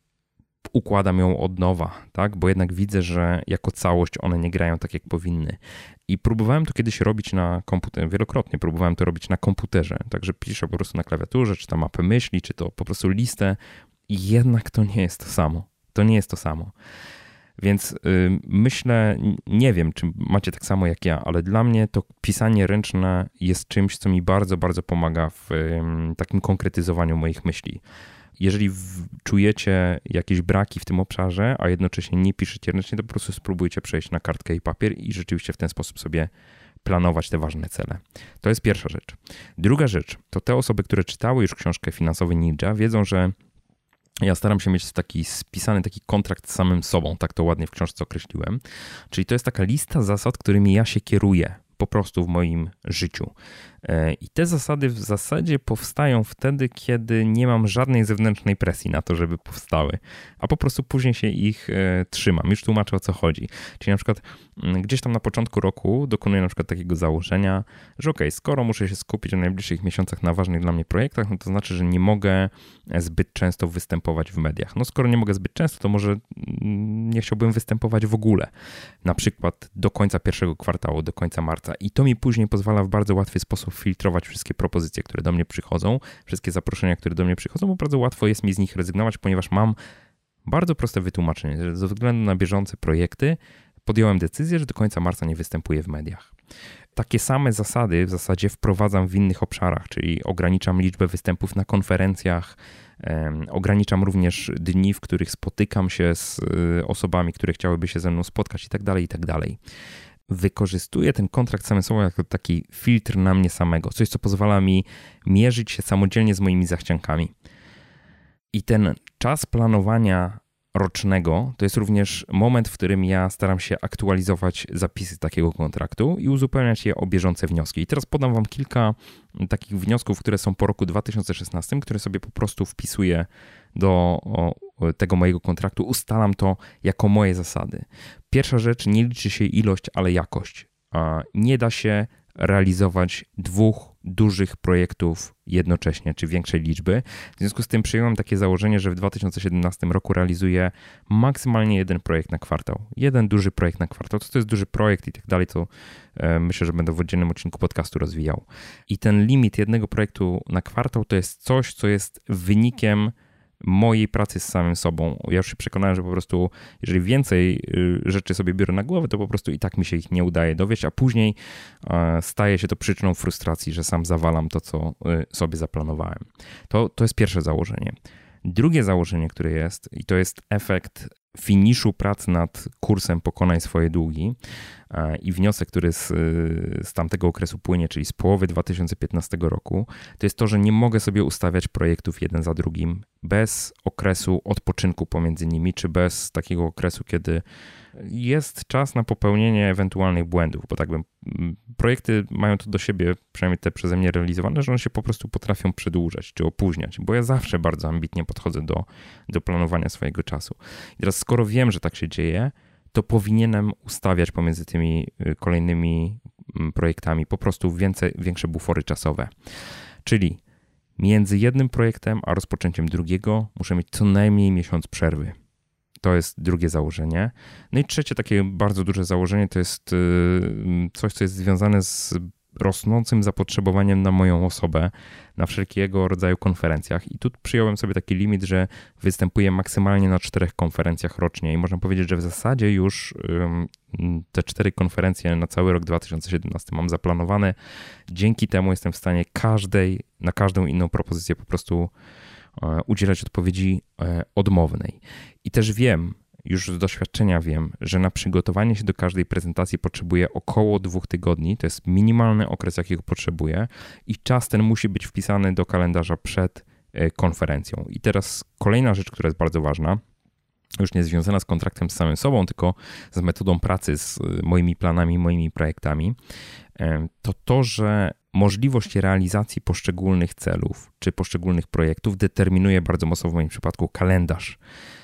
układam ją od nowa, tak? Bo jednak widzę, że jako całość one nie grają tak, jak powinny. I próbowałem to kiedyś robić na komputerze, wielokrotnie próbowałem to robić na komputerze, także piszę po prostu na klawiaturze, czy tam mapę myśli, czy to po prostu listę i jednak to nie jest to samo. To nie jest to samo. Więc yy, myślę, nie wiem, czy macie tak samo jak ja, ale dla mnie to pisanie ręczne jest czymś, co mi bardzo, bardzo pomaga w yy, takim konkretyzowaniu moich myśli. Jeżeli w, czujecie jakieś braki w tym obszarze, a jednocześnie nie piszecie ręcznie, to po prostu spróbujcie przejść na kartkę i papier i rzeczywiście w ten sposób sobie planować te ważne cele. To jest pierwsza rzecz. Druga rzecz, to te osoby, które czytały już książkę Finansowy Ninja, wiedzą, że ja staram się mieć taki spisany taki kontrakt z samym sobą, tak to ładnie w książce określiłem. Czyli to jest taka lista zasad, którymi ja się kieruję po prostu w moim życiu. I te zasady w zasadzie powstają wtedy, kiedy nie mam żadnej zewnętrznej presji na to, żeby powstały, a po prostu później się ich trzymam. Już tłumaczę, o co chodzi. Czyli na przykład gdzieś tam na początku roku dokonuję na przykład takiego założenia, że okej, okay, skoro muszę się skupić w najbliższych miesiącach na ważnych dla mnie projektach, no to znaczy, że nie mogę zbyt często występować w mediach. No skoro nie mogę zbyt często, to może nie chciałbym występować w ogóle. Na przykład do końca pierwszego kwartału, do końca marca. I to mi później pozwala w bardzo łatwy sposób filtrować wszystkie propozycje, które do mnie przychodzą, wszystkie zaproszenia, które do mnie przychodzą, bo bardzo łatwo jest mi z nich rezygnować, ponieważ mam bardzo proste wytłumaczenie, że ze względu na bieżące projekty podjąłem decyzję, że do końca marca nie występuję w mediach. takie same zasady w zasadzie wprowadzam w innych obszarach, czyli ograniczam liczbę występów na konferencjach, um, ograniczam również dni, w których spotykam się z y, osobami, które chciałyby się ze mną spotkać i tak dalej, i tak dalej. Wykorzystuję ten kontrakt samym sobą jako taki filtr na mnie samego, coś, co pozwala mi mierzyć się samodzielnie z moimi zachciankami. I ten czas planowania rocznego to jest również moment, w którym ja staram się aktualizować zapisy takiego kontraktu i uzupełniać je o bieżące wnioski. I teraz podam wam kilka takich wniosków, które są po roku dwa tysiące szesnastym, które sobie po prostu wpisuję do tego mojego kontraktu, ustalam to jako moje zasady. Pierwsza rzecz, nie liczy się ilość, ale jakość. Nie da się realizować dwóch dużych projektów jednocześnie, czy większej liczby. W związku z tym przyjąłem takie założenie, że w dwa tysiące siedemnastym roku realizuję maksymalnie jeden projekt na kwartał. Jeden duży projekt na kwartał. Co to jest duży projekt i tak dalej, to e, myślę, że będę w oddzielnym odcinku podcastu rozwijał. I ten limit jednego projektu na kwartał to jest coś, co jest wynikiem mojej pracy z samym sobą. Ja już się przekonałem, że po prostu jeżeli więcej rzeczy sobie biorę na głowę, to po prostu i tak mi się ich nie udaje dowieść, a później staje się to przyczyną frustracji, że sam zawalam to, co sobie zaplanowałem. To, to jest pierwsze założenie. Drugie założenie, które jest, i to jest efekt finiszu pracy nad kursem Pokonaj swoje długi i wniosek, który z, z tamtego okresu płynie, czyli z połowy dwa tysiące piętnastego roku, to jest to, że nie mogę sobie ustawiać projektów jeden za drugim bez okresu odpoczynku pomiędzy nimi, czy bez takiego okresu, kiedy jest czas na popełnienie ewentualnych błędów, bo tak bym, projekty mają to do siebie, przynajmniej te przeze mnie realizowane, że one się po prostu potrafią przedłużać czy opóźniać, bo ja zawsze bardzo ambitnie podchodzę do, do planowania swojego czasu. I teraz skoro wiem, że tak się dzieje, to powinienem ustawiać pomiędzy tymi kolejnymi projektami po prostu więcej, większe bufory czasowe. Czyli między jednym projektem a rozpoczęciem drugiego muszę mieć co najmniej miesiąc przerwy. To jest drugie założenie. No i trzecie takie bardzo duże założenie to jest coś, co jest związane z rosnącym zapotrzebowaniem na moją osobę na wszelkiego rodzaju konferencjach. I tu przyjąłem sobie taki limit, że występuję maksymalnie na czterech konferencjach rocznie i można powiedzieć, że w zasadzie już te cztery konferencje na cały rok dwa tysiące siedemnasty mam zaplanowane. Dzięki temu jestem w stanie każdej, na każdą inną propozycję po prostu udzielać odpowiedzi odmownej. I też wiem, już z doświadczenia wiem, że na przygotowanie się do każdej prezentacji potrzebuję około dwóch tygodni, to jest minimalny okres, jakiego potrzebuję i czas ten musi być wpisany do kalendarza przed konferencją. I teraz kolejna rzecz, która jest bardzo ważna, już nie związana z kontraktem z samym sobą, tylko z metodą pracy, z moimi planami, moimi projektami, to to, że możliwość realizacji poszczególnych celów czy poszczególnych projektów determinuje bardzo mocno w moim przypadku kalendarz.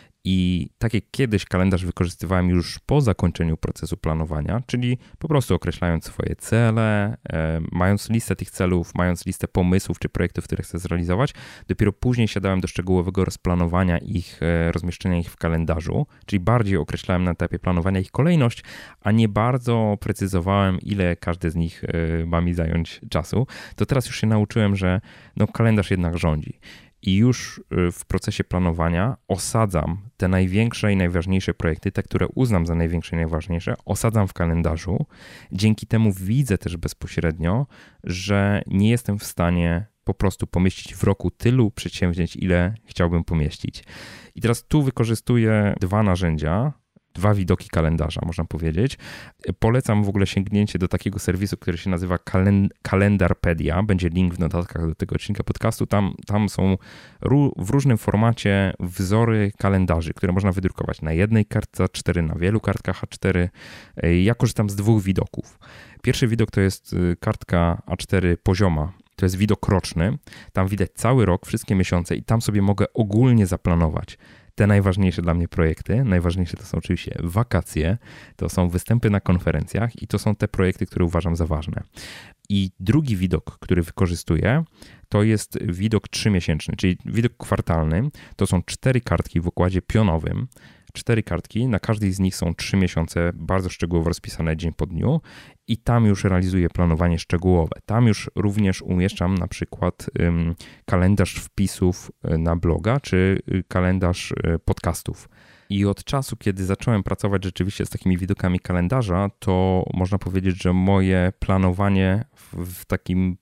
I tak jak kiedyś kalendarz wykorzystywałem już po zakończeniu procesu planowania, czyli po prostu określając swoje cele, e, mając listę tych celów, mając listę pomysłów czy projektów, które chcę zrealizować, dopiero później siadałem do szczegółowego rozplanowania ich, e, rozmieszczenia ich w kalendarzu, czyli bardziej określałem na etapie planowania ich kolejność, a nie bardzo precyzowałem, ile każdy z nich e, ma mi zająć czasu. To teraz już się nauczyłem, że no, kalendarz jednak rządzi. I już w procesie planowania osadzam te największe i najważniejsze projekty, te, które uznam za największe i najważniejsze, osadzam w kalendarzu. Dzięki temu widzę też bezpośrednio, że nie jestem w stanie po prostu pomieścić w roku tylu przedsięwzięć, ile chciałbym pomieścić. I teraz tu wykorzystuję dwa narzędzia, dwa widoki kalendarza, można powiedzieć. Polecam w ogóle sięgnięcie do takiego serwisu, który się nazywa Kalend- Kalendarpedia. Będzie link w notatkach do tego odcinka podcastu. Tam, tam są ró- w różnym formacie wzory kalendarzy, które można wydrukować na jednej kartce A cztery, na wielu kartkach A cztery. Ja korzystam z dwóch widoków. Pierwszy widok to jest kartka A cztery pozioma. To jest widok roczny. Tam widać cały rok, wszystkie miesiące i tam sobie mogę ogólnie zaplanować te najważniejsze dla mnie projekty. Najważniejsze to są oczywiście wakacje, to są występy na konferencjach i to są te projekty, które uważam za ważne. I drugi widok, który wykorzystuję, to jest widok trzymiesięczny, czyli widok kwartalny. To są cztery kartki w układzie pionowym. Cztery kartki, na każdej z nich są trzy miesiące bardzo szczegółowo rozpisane dzień po dniu i tam już realizuję planowanie szczegółowe. Tam już również umieszczam na przykład um, kalendarz wpisów na bloga czy kalendarz podcastów. I od czasu, kiedy zacząłem pracować rzeczywiście z takimi widokami kalendarza, to można powiedzieć, że moje planowanie w, w takim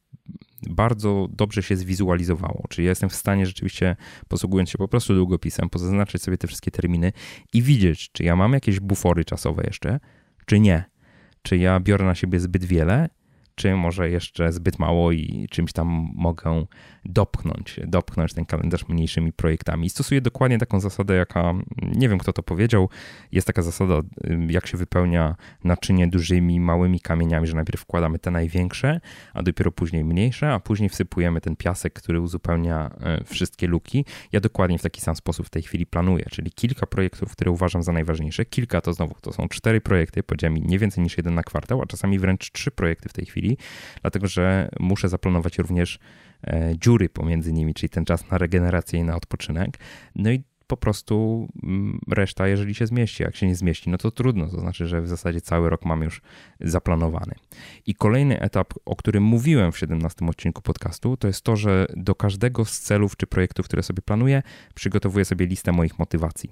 bardzo dobrze się zwizualizowało. Czyli ja jestem w stanie rzeczywiście, posługując się po prostu długopisem, pozaznaczyć sobie te wszystkie terminy i widzieć, czy ja mam jakieś bufory czasowe jeszcze, czy nie. Czy ja biorę na siebie zbyt wiele, czy może jeszcze zbyt mało i czymś tam mogę dopchnąć, dopchnąć ten kalendarz mniejszymi projektami. I stosuję dokładnie taką zasadę, jaka, nie wiem kto to powiedział, jest taka zasada, jak się wypełnia naczynie dużymi, małymi kamieniami, że najpierw wkładamy te największe, a dopiero później mniejsze, a później wsypujemy ten piasek, który uzupełnia wszystkie luki. Ja dokładnie w taki sam sposób w tej chwili planuję, czyli kilka projektów, które uważam za najważniejsze. Kilka to znowu, to są cztery projekty, powiedziałem mi nie więcej niż jeden na kwartał, a czasami wręcz trzy projekty w tej chwili, dlatego że muszę zaplanować również e, dziury pomiędzy nimi, czyli ten czas na regenerację i na odpoczynek. No i po prostu m, reszta, jeżeli się zmieści. Jak się nie zmieści, no to trudno, to znaczy, że w zasadzie cały rok mam już zaplanowany. I kolejny etap, o którym mówiłem w siedemnastym odcinku podcastu, to jest to, że do każdego z celów czy projektów, które sobie planuję, przygotowuję sobie listę moich motywacji.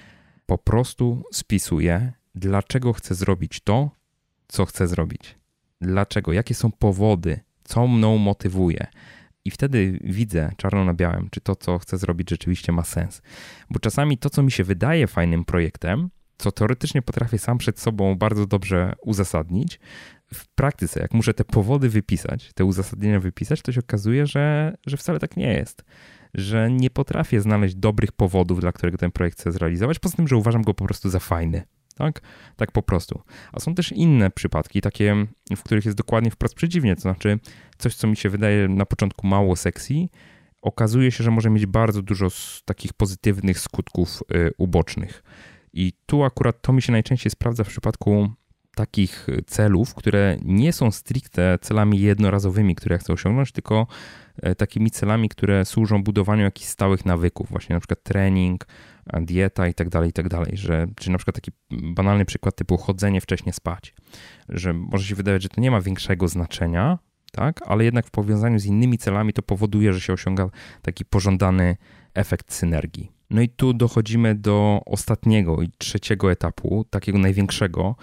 Po prostu spisuję, dlaczego chcę zrobić to, co chcę zrobić. Dlaczego? Jakie są powody? Co mną motywuje? I wtedy widzę czarno na białym, czy to, co chcę zrobić, rzeczywiście ma sens. Bo czasami to, co mi się wydaje fajnym projektem, co teoretycznie potrafię sam przed sobą bardzo dobrze uzasadnić, w praktyce, jak muszę te powody wypisać, te uzasadnienia wypisać, to się okazuje, że, że wcale tak nie jest. Że nie potrafię znaleźć dobrych powodów, dla którego ten projekt chcę zrealizować, poza tym, że uważam go po prostu za fajny. Tak? Tak po prostu. A są też inne przypadki, takie, w których jest dokładnie wprost przeciwnie, to znaczy coś, co mi się wydaje na początku mało sexy, okazuje się, że może mieć bardzo dużo takich pozytywnych skutków y, ubocznych. I tu akurat to mi się najczęściej sprawdza w przypadku takich celów, które nie są stricte celami jednorazowymi, które ja chcę osiągnąć, tylko takimi celami, które służą budowaniu jakichś stałych nawyków, właśnie na przykład trening, dieta i tak dalej, i tak dalej, że, czy na przykład taki banalny przykład typu chodzenie wcześnie spać, że może się wydawać, że to nie ma większego znaczenia, tak, ale jednak w powiązaniu z innymi celami to powoduje, że się osiąga taki pożądany efekt synergii. No i tu dochodzimy do ostatniego i trzeciego etapu, takiego największego,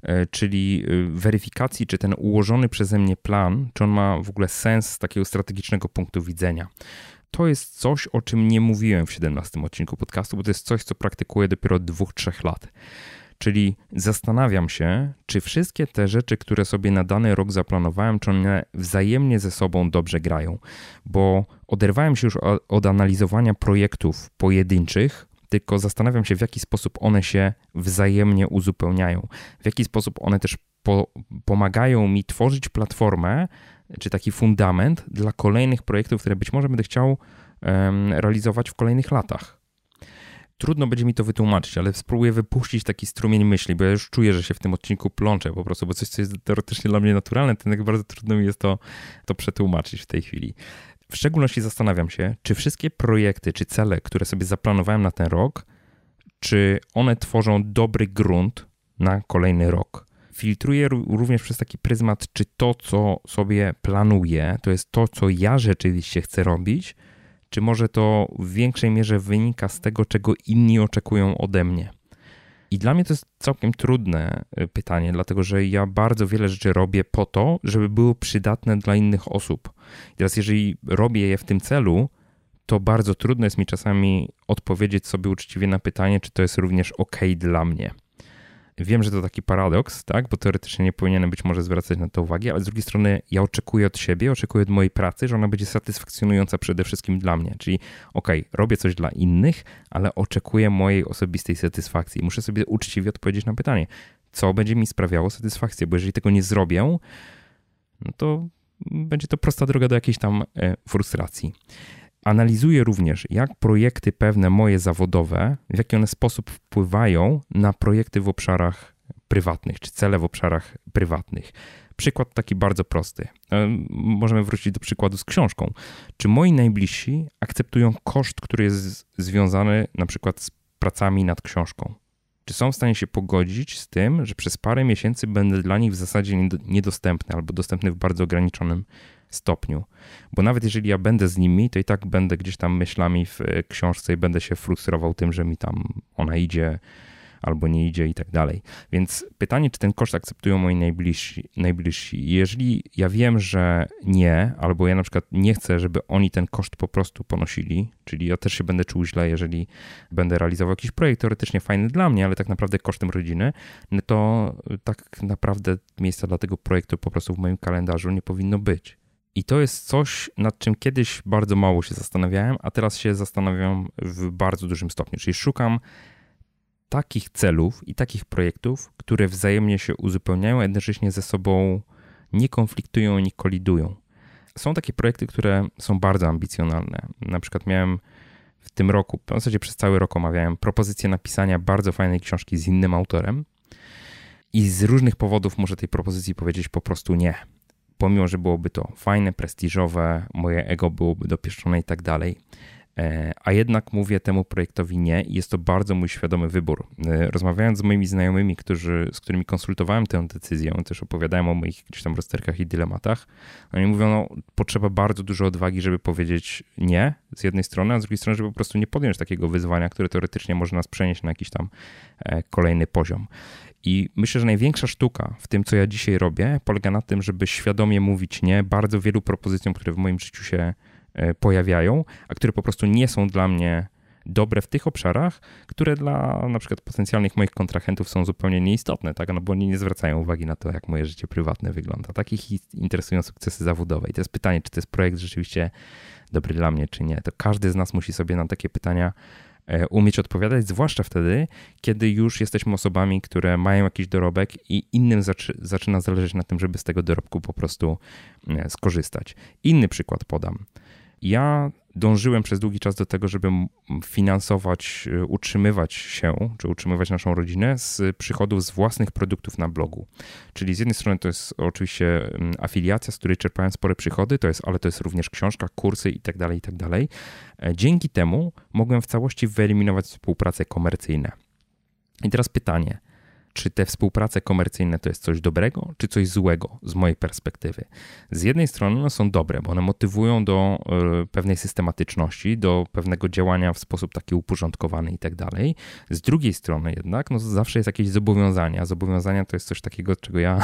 czyli weryfikacji, czy ten ułożony przeze mnie plan, czy on ma w ogóle sens z takiego strategicznego punktu widzenia. To jest coś, o czym nie mówiłem w siedemnastym odcinku podcastu, bo to jest coś, co praktykuję dopiero od dwóch, trzech lat. Czyli zastanawiam się, czy wszystkie te rzeczy, które sobie na dany rok zaplanowałem, czy one wzajemnie ze sobą dobrze grają. Bo oderwałem się już od analizowania projektów pojedynczych, tylko zastanawiam się, w jaki sposób one się wzajemnie uzupełniają. W jaki sposób one też po, pomagają mi tworzyć platformę, czy taki fundament dla kolejnych projektów, które być może będę chciał um, realizować w kolejnych latach. Trudno będzie mi to wytłumaczyć, ale spróbuję wypuścić taki strumień myśli, bo ja już czuję, że się w tym odcinku plączę po prostu, bo coś, co jest teoretycznie dla mnie naturalne, to jednak bardzo trudno mi jest to, to przetłumaczyć w tej chwili. W szczególności zastanawiam się, czy wszystkie projekty, czy cele, które sobie zaplanowałem na ten rok, czy one tworzą dobry grunt na kolejny rok. Filtruję również przez taki pryzmat, czy to, co sobie planuję, to jest to, co ja rzeczywiście chcę robić, czy może to w większej mierze wynika z tego, czego inni oczekują ode mnie. I dla mnie to jest całkiem trudne pytanie, dlatego że ja bardzo wiele rzeczy robię po to, żeby były przydatne dla innych osób. I teraz jeżeli robię je w tym celu, to bardzo trudno jest mi czasami odpowiedzieć sobie uczciwie na pytanie, czy to jest również okej dla mnie. Wiem, że to taki paradoks, tak, bo teoretycznie nie powinienem być może zwracać na to uwagi, ale z drugiej strony ja oczekuję od siebie, oczekuję od mojej pracy, że ona będzie satysfakcjonująca przede wszystkim dla mnie. Czyli okej, okay, robię coś dla innych, ale oczekuję mojej osobistej satysfakcji. Muszę sobie uczciwie odpowiedzieć na pytanie, co będzie mi sprawiało satysfakcję, bo jeżeli tego nie zrobię, no to będzie to prosta droga do jakiejś tam e, frustracji. Analizuję również, jak projekty pewne moje zawodowe, w jaki one sposób wpływają na projekty w obszarach prywatnych, czy cele w obszarach prywatnych. Przykład taki bardzo prosty. Możemy wrócić do przykładu z książką. Czy moi najbliżsi akceptują koszt, który jest związany na przykład z pracami nad książką? Czy są w stanie się pogodzić z tym, że przez parę miesięcy będę dla nich w zasadzie niedostępny albo dostępny w bardzo ograniczonym stopniu. Bo nawet jeżeli ja będę z nimi, to i tak będę gdzieś tam myślami w książce i będę się frustrował tym, że mi tam ona idzie albo nie idzie i tak dalej. Więc pytanie, czy ten koszt akceptują moi najbliżsi, najbliżsi. Jeżeli ja wiem, że nie, albo ja na przykład nie chcę, żeby oni ten koszt po prostu ponosili, czyli ja też się będę czuł źle, jeżeli będę realizował jakiś projekt teoretycznie fajny dla mnie, ale tak naprawdę kosztem rodziny, no to tak naprawdę miejsca dla tego projektu po prostu w moim kalendarzu nie powinno być. I to jest coś, nad czym kiedyś bardzo mało się zastanawiałem, a teraz się zastanawiam w bardzo dużym stopniu. Czyli szukam takich celów i takich projektów, które wzajemnie się uzupełniają, a jednocześnie ze sobą nie konfliktują i nie kolidują. Są takie projekty, które są bardzo ambicjonalne. Na przykład miałem w tym roku, w zasadzie przez cały rok omawiałem propozycję napisania bardzo fajnej książki z innym autorem i z różnych powodów muszę tej propozycji powiedzieć po prostu nie. Pomimo, że byłoby to fajne, prestiżowe, moje ego byłoby dopieszczone i tak dalej. A jednak mówię temu projektowi nie i jest to bardzo mój świadomy wybór. Rozmawiając z moimi znajomymi, którzy, z którymi konsultowałem tę decyzję, też opowiadałem o moich gdzieś tam rozterkach i dylematach, oni mówią, no potrzeba bardzo dużo odwagi, żeby powiedzieć nie z jednej strony, a z drugiej strony, żeby po prostu nie podjąć takiego wyzwania, które teoretycznie może nas przenieść na jakiś tam kolejny poziom. I myślę, że największa sztuka w tym, co ja dzisiaj robię, polega na tym, żeby świadomie mówić nie bardzo wielu propozycjom, które w moim życiu się pojawiają, a które po prostu nie są dla mnie dobre w tych obszarach, które dla na przykład potencjalnych moich kontrahentów są zupełnie nieistotne, tak? No bo oni nie zwracają uwagi na to, jak moje życie prywatne wygląda. Takich interesują sukcesy zawodowe. I to jest pytanie, czy to jest projekt rzeczywiście dobry dla mnie, czy nie. To każdy z nas musi sobie na takie pytania umieć odpowiadać, zwłaszcza wtedy, kiedy już jesteśmy osobami, które mają jakiś dorobek i innym zaczy- zaczyna zależeć na tym, żeby z tego dorobku po prostu skorzystać. Inny przykład podam. Ja dążyłem przez długi czas do tego, żeby finansować, utrzymywać się, czy utrzymywać naszą rodzinę z przychodów z własnych produktów na blogu. Czyli z jednej strony to jest oczywiście afiliacja, z której czerpałem spore przychody, to jest, ale to jest również książka, kursy i tak dalej, i tak dalej. Dzięki temu mogłem w całości wyeliminować współprace komercyjne. I teraz pytanie, czy te współprace komercyjne to jest coś dobrego, czy coś złego z mojej perspektywy? Z jednej strony one są dobre, bo one motywują do y, pewnej systematyczności, do pewnego działania w sposób taki uporządkowany i tak dalej. Z drugiej strony jednak, no zawsze jest jakieś zobowiązania. Zobowiązania to jest coś takiego, czego ja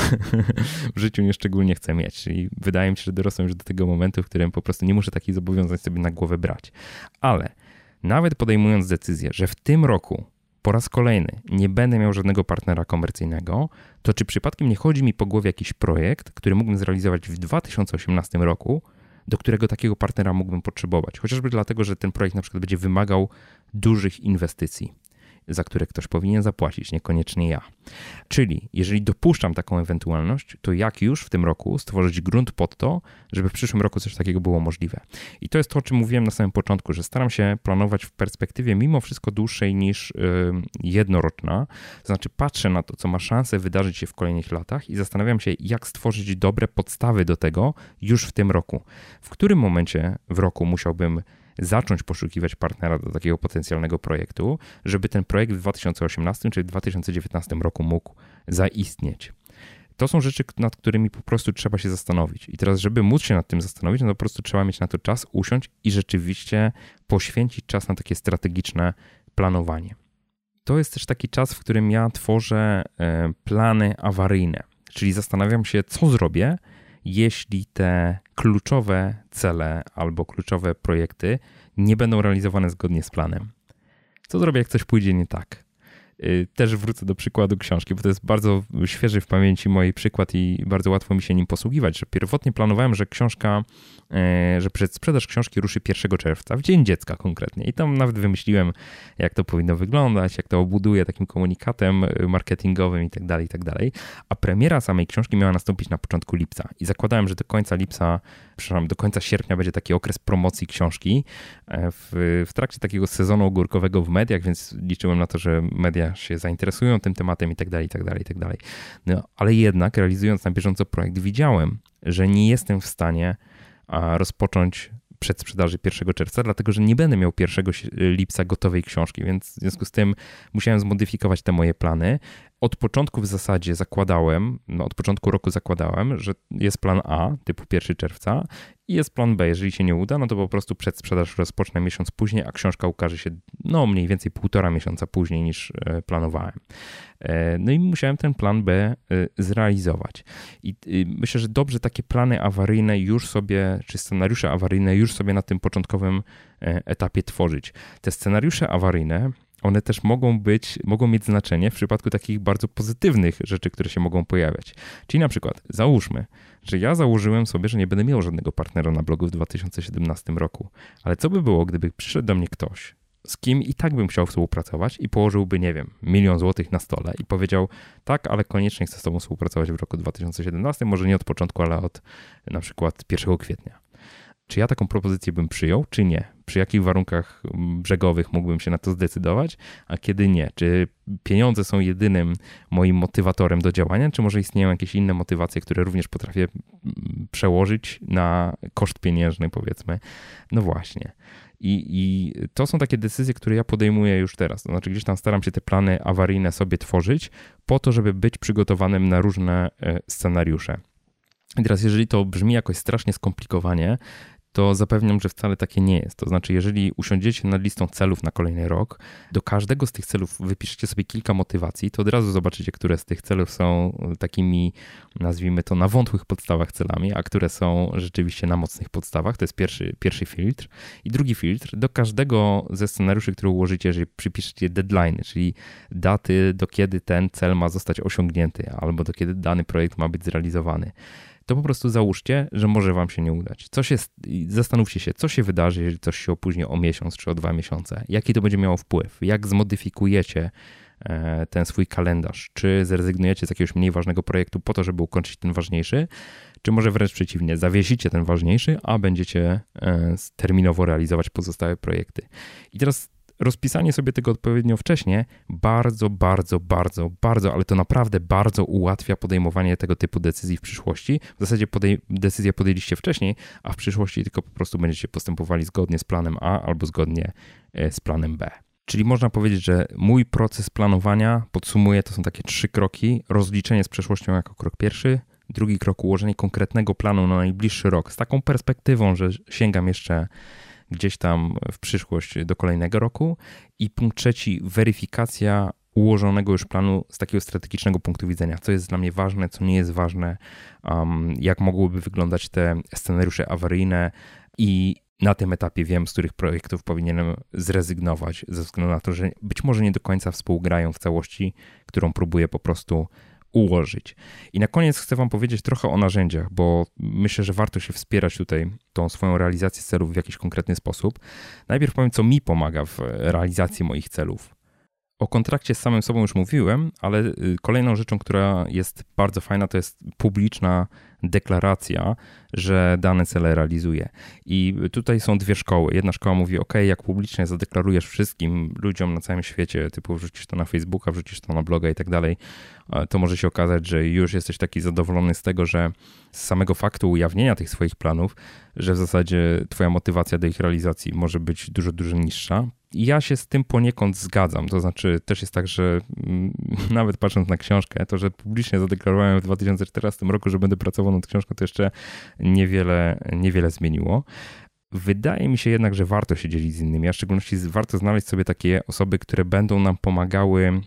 w życiu nieszczególnie chcę mieć. Czyli wydaje mi się, że dorosłem już do tego momentu, w którym po prostu nie muszę takich zobowiązań sobie na głowę brać. Ale nawet podejmując decyzję, że w tym roku po raz kolejny nie będę miał żadnego partnera komercyjnego, to czy przypadkiem nie chodzi mi po głowie jakiś projekt, który mógłbym zrealizować w dwa tysiące osiemnastym roku, do którego takiego partnera mógłbym potrzebować? Chociażby dlatego, że ten projekt na przykład będzie wymagał dużych inwestycji, za które ktoś powinien zapłacić, niekoniecznie ja. Czyli jeżeli dopuszczam taką ewentualność, to jak już w tym roku stworzyć grunt pod to, żeby w przyszłym roku coś takiego było możliwe. I to jest to, o czym mówiłem na samym początku, że staram się planować w perspektywie mimo wszystko dłuższej niż yy, jednoroczna. To znaczy patrzę na to, co ma szansę wydarzyć się w kolejnych latach i zastanawiam się, jak stworzyć dobre podstawy do tego już w tym roku. W którym momencie w roku musiałbym zacząć poszukiwać partnera do takiego potencjalnego projektu, żeby ten projekt w dwa tysiące osiemnastym czy w dwa tysiące dziewiętnastym roku mógł zaistnieć. To są rzeczy, nad którymi po prostu trzeba się zastanowić. I teraz, żeby móc się nad tym zastanowić, no to po prostu trzeba mieć na to czas, usiąść i rzeczywiście poświęcić czas na takie strategiczne planowanie. To jest też taki czas, w którym ja tworzę plany awaryjne, czyli zastanawiam się, co zrobię, jeśli te kluczowe cele albo kluczowe projekty nie będą realizowane zgodnie z planem. Co zrobię, jak coś pójdzie nie tak? Też wrócę do przykładu książki, bo to jest bardzo świeży w pamięci mój przykład i bardzo łatwo mi się nim posługiwać, że pierwotnie planowałem, że książka, że przedsprzedaż książki ruszy pierwszego czerwca, w Dzień Dziecka konkretnie. I tam nawet wymyśliłem, jak to powinno wyglądać, jak to obuduję takim komunikatem marketingowym i tak dalej, i tak dalej. A premiera samej książki miała nastąpić na początku lipca. I zakładałem, że do końca lipca, przepraszam, do końca sierpnia będzie taki okres promocji książki w, w trakcie takiego sezonu ogórkowego w mediach, więc liczyłem na to, że media się zainteresują tym tematem i tak dalej, i tak dalej, i tak dalej. No, ale jednak realizując na bieżąco projekt widziałem, że nie jestem w stanie rozpocząć przedsprzedaży pierwszego czerwca, dlatego że nie będę miał pierwszego lipca gotowej książki, więc w związku z tym musiałem zmodyfikować te moje plany od początku w zasadzie zakładałem, no od początku roku zakładałem, że jest plan A typu pierwszego czerwca i jest plan B. Jeżeli się nie uda, no to po prostu przedsprzedaż rozpocznę miesiąc później, a książka ukaże się no mniej więcej półtora miesiąca później niż planowałem. No i musiałem ten plan B zrealizować. I myślę, że dobrze takie plany awaryjne już sobie, czy scenariusze awaryjne już sobie na tym początkowym etapie tworzyć. Te scenariusze awaryjne, one też mogą być, mogą mieć znaczenie w przypadku takich bardzo pozytywnych rzeczy, które się mogą pojawiać. Czyli na przykład załóżmy, że ja założyłem sobie, że nie będę miał żadnego partnera na blogu w dwa tysiące siedemnastym roku. Ale co by było, gdyby przyszedł do mnie ktoś, z kim i tak bym chciał współpracować i położyłby, nie wiem, milion złotych na stole i powiedział, tak, ale koniecznie chcę z tobą współpracować w roku dwa tysiące siedemnastym, może nie od początku, ale od na przykład pierwszego kwietnia. Czy ja taką propozycję bym przyjął, czy nie? Przy jakich warunkach brzegowych mógłbym się na to zdecydować, a kiedy nie? Czy pieniądze są jedynym moim motywatorem do działania, czy może istnieją jakieś inne motywacje, które również potrafię przełożyć na koszt pieniężny, powiedzmy? No właśnie. I, I to są takie decyzje, które ja podejmuję już teraz. To znaczy gdzieś tam staram się te plany awaryjne sobie tworzyć po to, żeby być przygotowanym na różne scenariusze. I teraz jeżeli to brzmi jakoś strasznie skomplikowanie, to zapewniam, że wcale takie nie jest. To znaczy, jeżeli usiądziecie nad listą celów na kolejny rok, do każdego z tych celów wypiszecie sobie kilka motywacji, to od razu zobaczycie, które z tych celów są takimi, nazwijmy to, na wątłych podstawach celami, a które są rzeczywiście na mocnych podstawach. To jest pierwszy, pierwszy filtr. I drugi filtr, do każdego ze scenariuszy, które ułożycie, jeżeli przypiszecie deadline, czyli daty, do kiedy ten cel ma zostać osiągnięty, albo do kiedy dany projekt ma być zrealizowany, to po prostu załóżcie, że może wam się nie udać. Co się, zastanówcie się, co się wydarzy, jeżeli coś się opóźni o miesiąc czy o dwa miesiące. Jaki to będzie miało wpływ? Jak zmodyfikujecie ten swój kalendarz? Czy zrezygnujecie z jakiegoś mniej ważnego projektu po to, żeby ukończyć ten ważniejszy? Czy może wręcz przeciwnie, zawiesicie ten ważniejszy, a będziecie terminowo realizować pozostałe projekty? I teraz rozpisanie sobie tego odpowiednio wcześnie bardzo, bardzo, bardzo, bardzo, ale to naprawdę bardzo ułatwia podejmowanie tego typu decyzji w przyszłości. W zasadzie podej- decyzję podjęliście wcześniej, a w przyszłości tylko po prostu będziecie postępowali zgodnie z planem A albo zgodnie z planem B. Czyli można powiedzieć, że mój proces planowania, podsumuję, to są takie trzy kroki. Rozliczenie z przeszłością jako krok pierwszy, drugi krok ułożenie konkretnego planu na najbliższy rok z taką perspektywą, że sięgam jeszcze gdzieś tam w przyszłość do kolejnego roku i punkt trzeci, weryfikacja ułożonego już planu z takiego strategicznego punktu widzenia, co jest dla mnie ważne, co nie jest ważne, um, jak mogłyby wyglądać te scenariusze awaryjne i na tym etapie wiem, z których projektów powinienem zrezygnować ze względu na to, że być może nie do końca współgrają w całości, którą próbuję po prostu ułożyć. I na koniec chcę wam powiedzieć trochę o narzędziach, bo myślę, że warto się wspierać tutaj tą swoją realizację celów w jakiś konkretny sposób. Najpierw powiem, co mi pomaga w realizacji moich celów. O kontrakcie z samym sobą już mówiłem, ale kolejną rzeczą, która jest bardzo fajna, to jest publiczna deklaracja, że dane cele realizuje. I tutaj są dwie szkoły. Jedna szkoła mówi, ok, jak publicznie zadeklarujesz wszystkim ludziom na całym świecie, typu wrzucisz to na Facebooka, wrzucisz to na bloga i tak dalej, to może się okazać, że już jesteś taki zadowolony z tego, że z samego faktu ujawnienia tych swoich planów, że w zasadzie twoja motywacja do ich realizacji może być dużo, dużo niższa. I ja się z tym poniekąd zgadzam. To znaczy też jest tak, że nawet patrząc na książkę, to, że publicznie zadeklarowałem w dwa tysiące czternastym roku, że będę pracował nad książką, to jeszcze niewiele, niewiele zmieniło. Wydaje mi się jednak, że warto się dzielić z innymi, a w szczególności warto znaleźć sobie takie osoby, które będą nam pomagały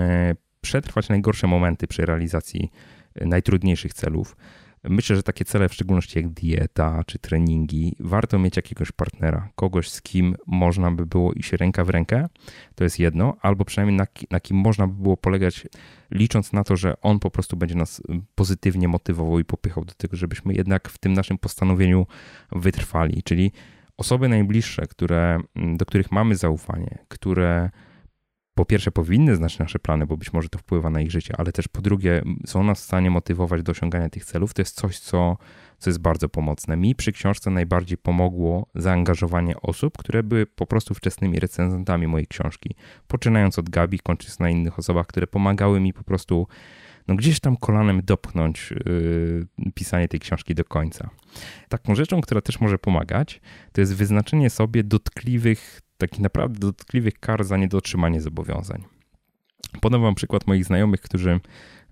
przetrwać najgorsze momenty przy realizacji najtrudniejszych celów. Myślę, że takie cele, w szczególności jak dieta czy treningi, warto mieć jakiegoś partnera, kogoś, z kim można by było iść ręka w rękę, to jest jedno, albo przynajmniej na, na kim można by było polegać, licząc na to, że on po prostu będzie nas pozytywnie motywował i popychał do tego, żebyśmy jednak w tym naszym postanowieniu wytrwali, czyli osoby najbliższe, które, do których mamy zaufanie, które po pierwsze powinny znać nasze plany, bo być może to wpływa na ich życie, ale też po drugie są nas w stanie motywować do osiągania tych celów. To jest coś, co, co jest bardzo pomocne. Mi przy książce najbardziej pomogło zaangażowanie osób, które były po prostu wczesnymi recenzentami mojej książki. Poczynając od Gabi, kończąc na innych osobach, które pomagały mi po prostu no gdzieś tam kolanem dopchnąć yy, pisanie tej książki do końca. Taką rzeczą, która też może pomagać, to jest wyznaczenie sobie dotkliwych takich naprawdę dotkliwych kar za niedotrzymanie zobowiązań. Podam wam przykład moich znajomych, którzy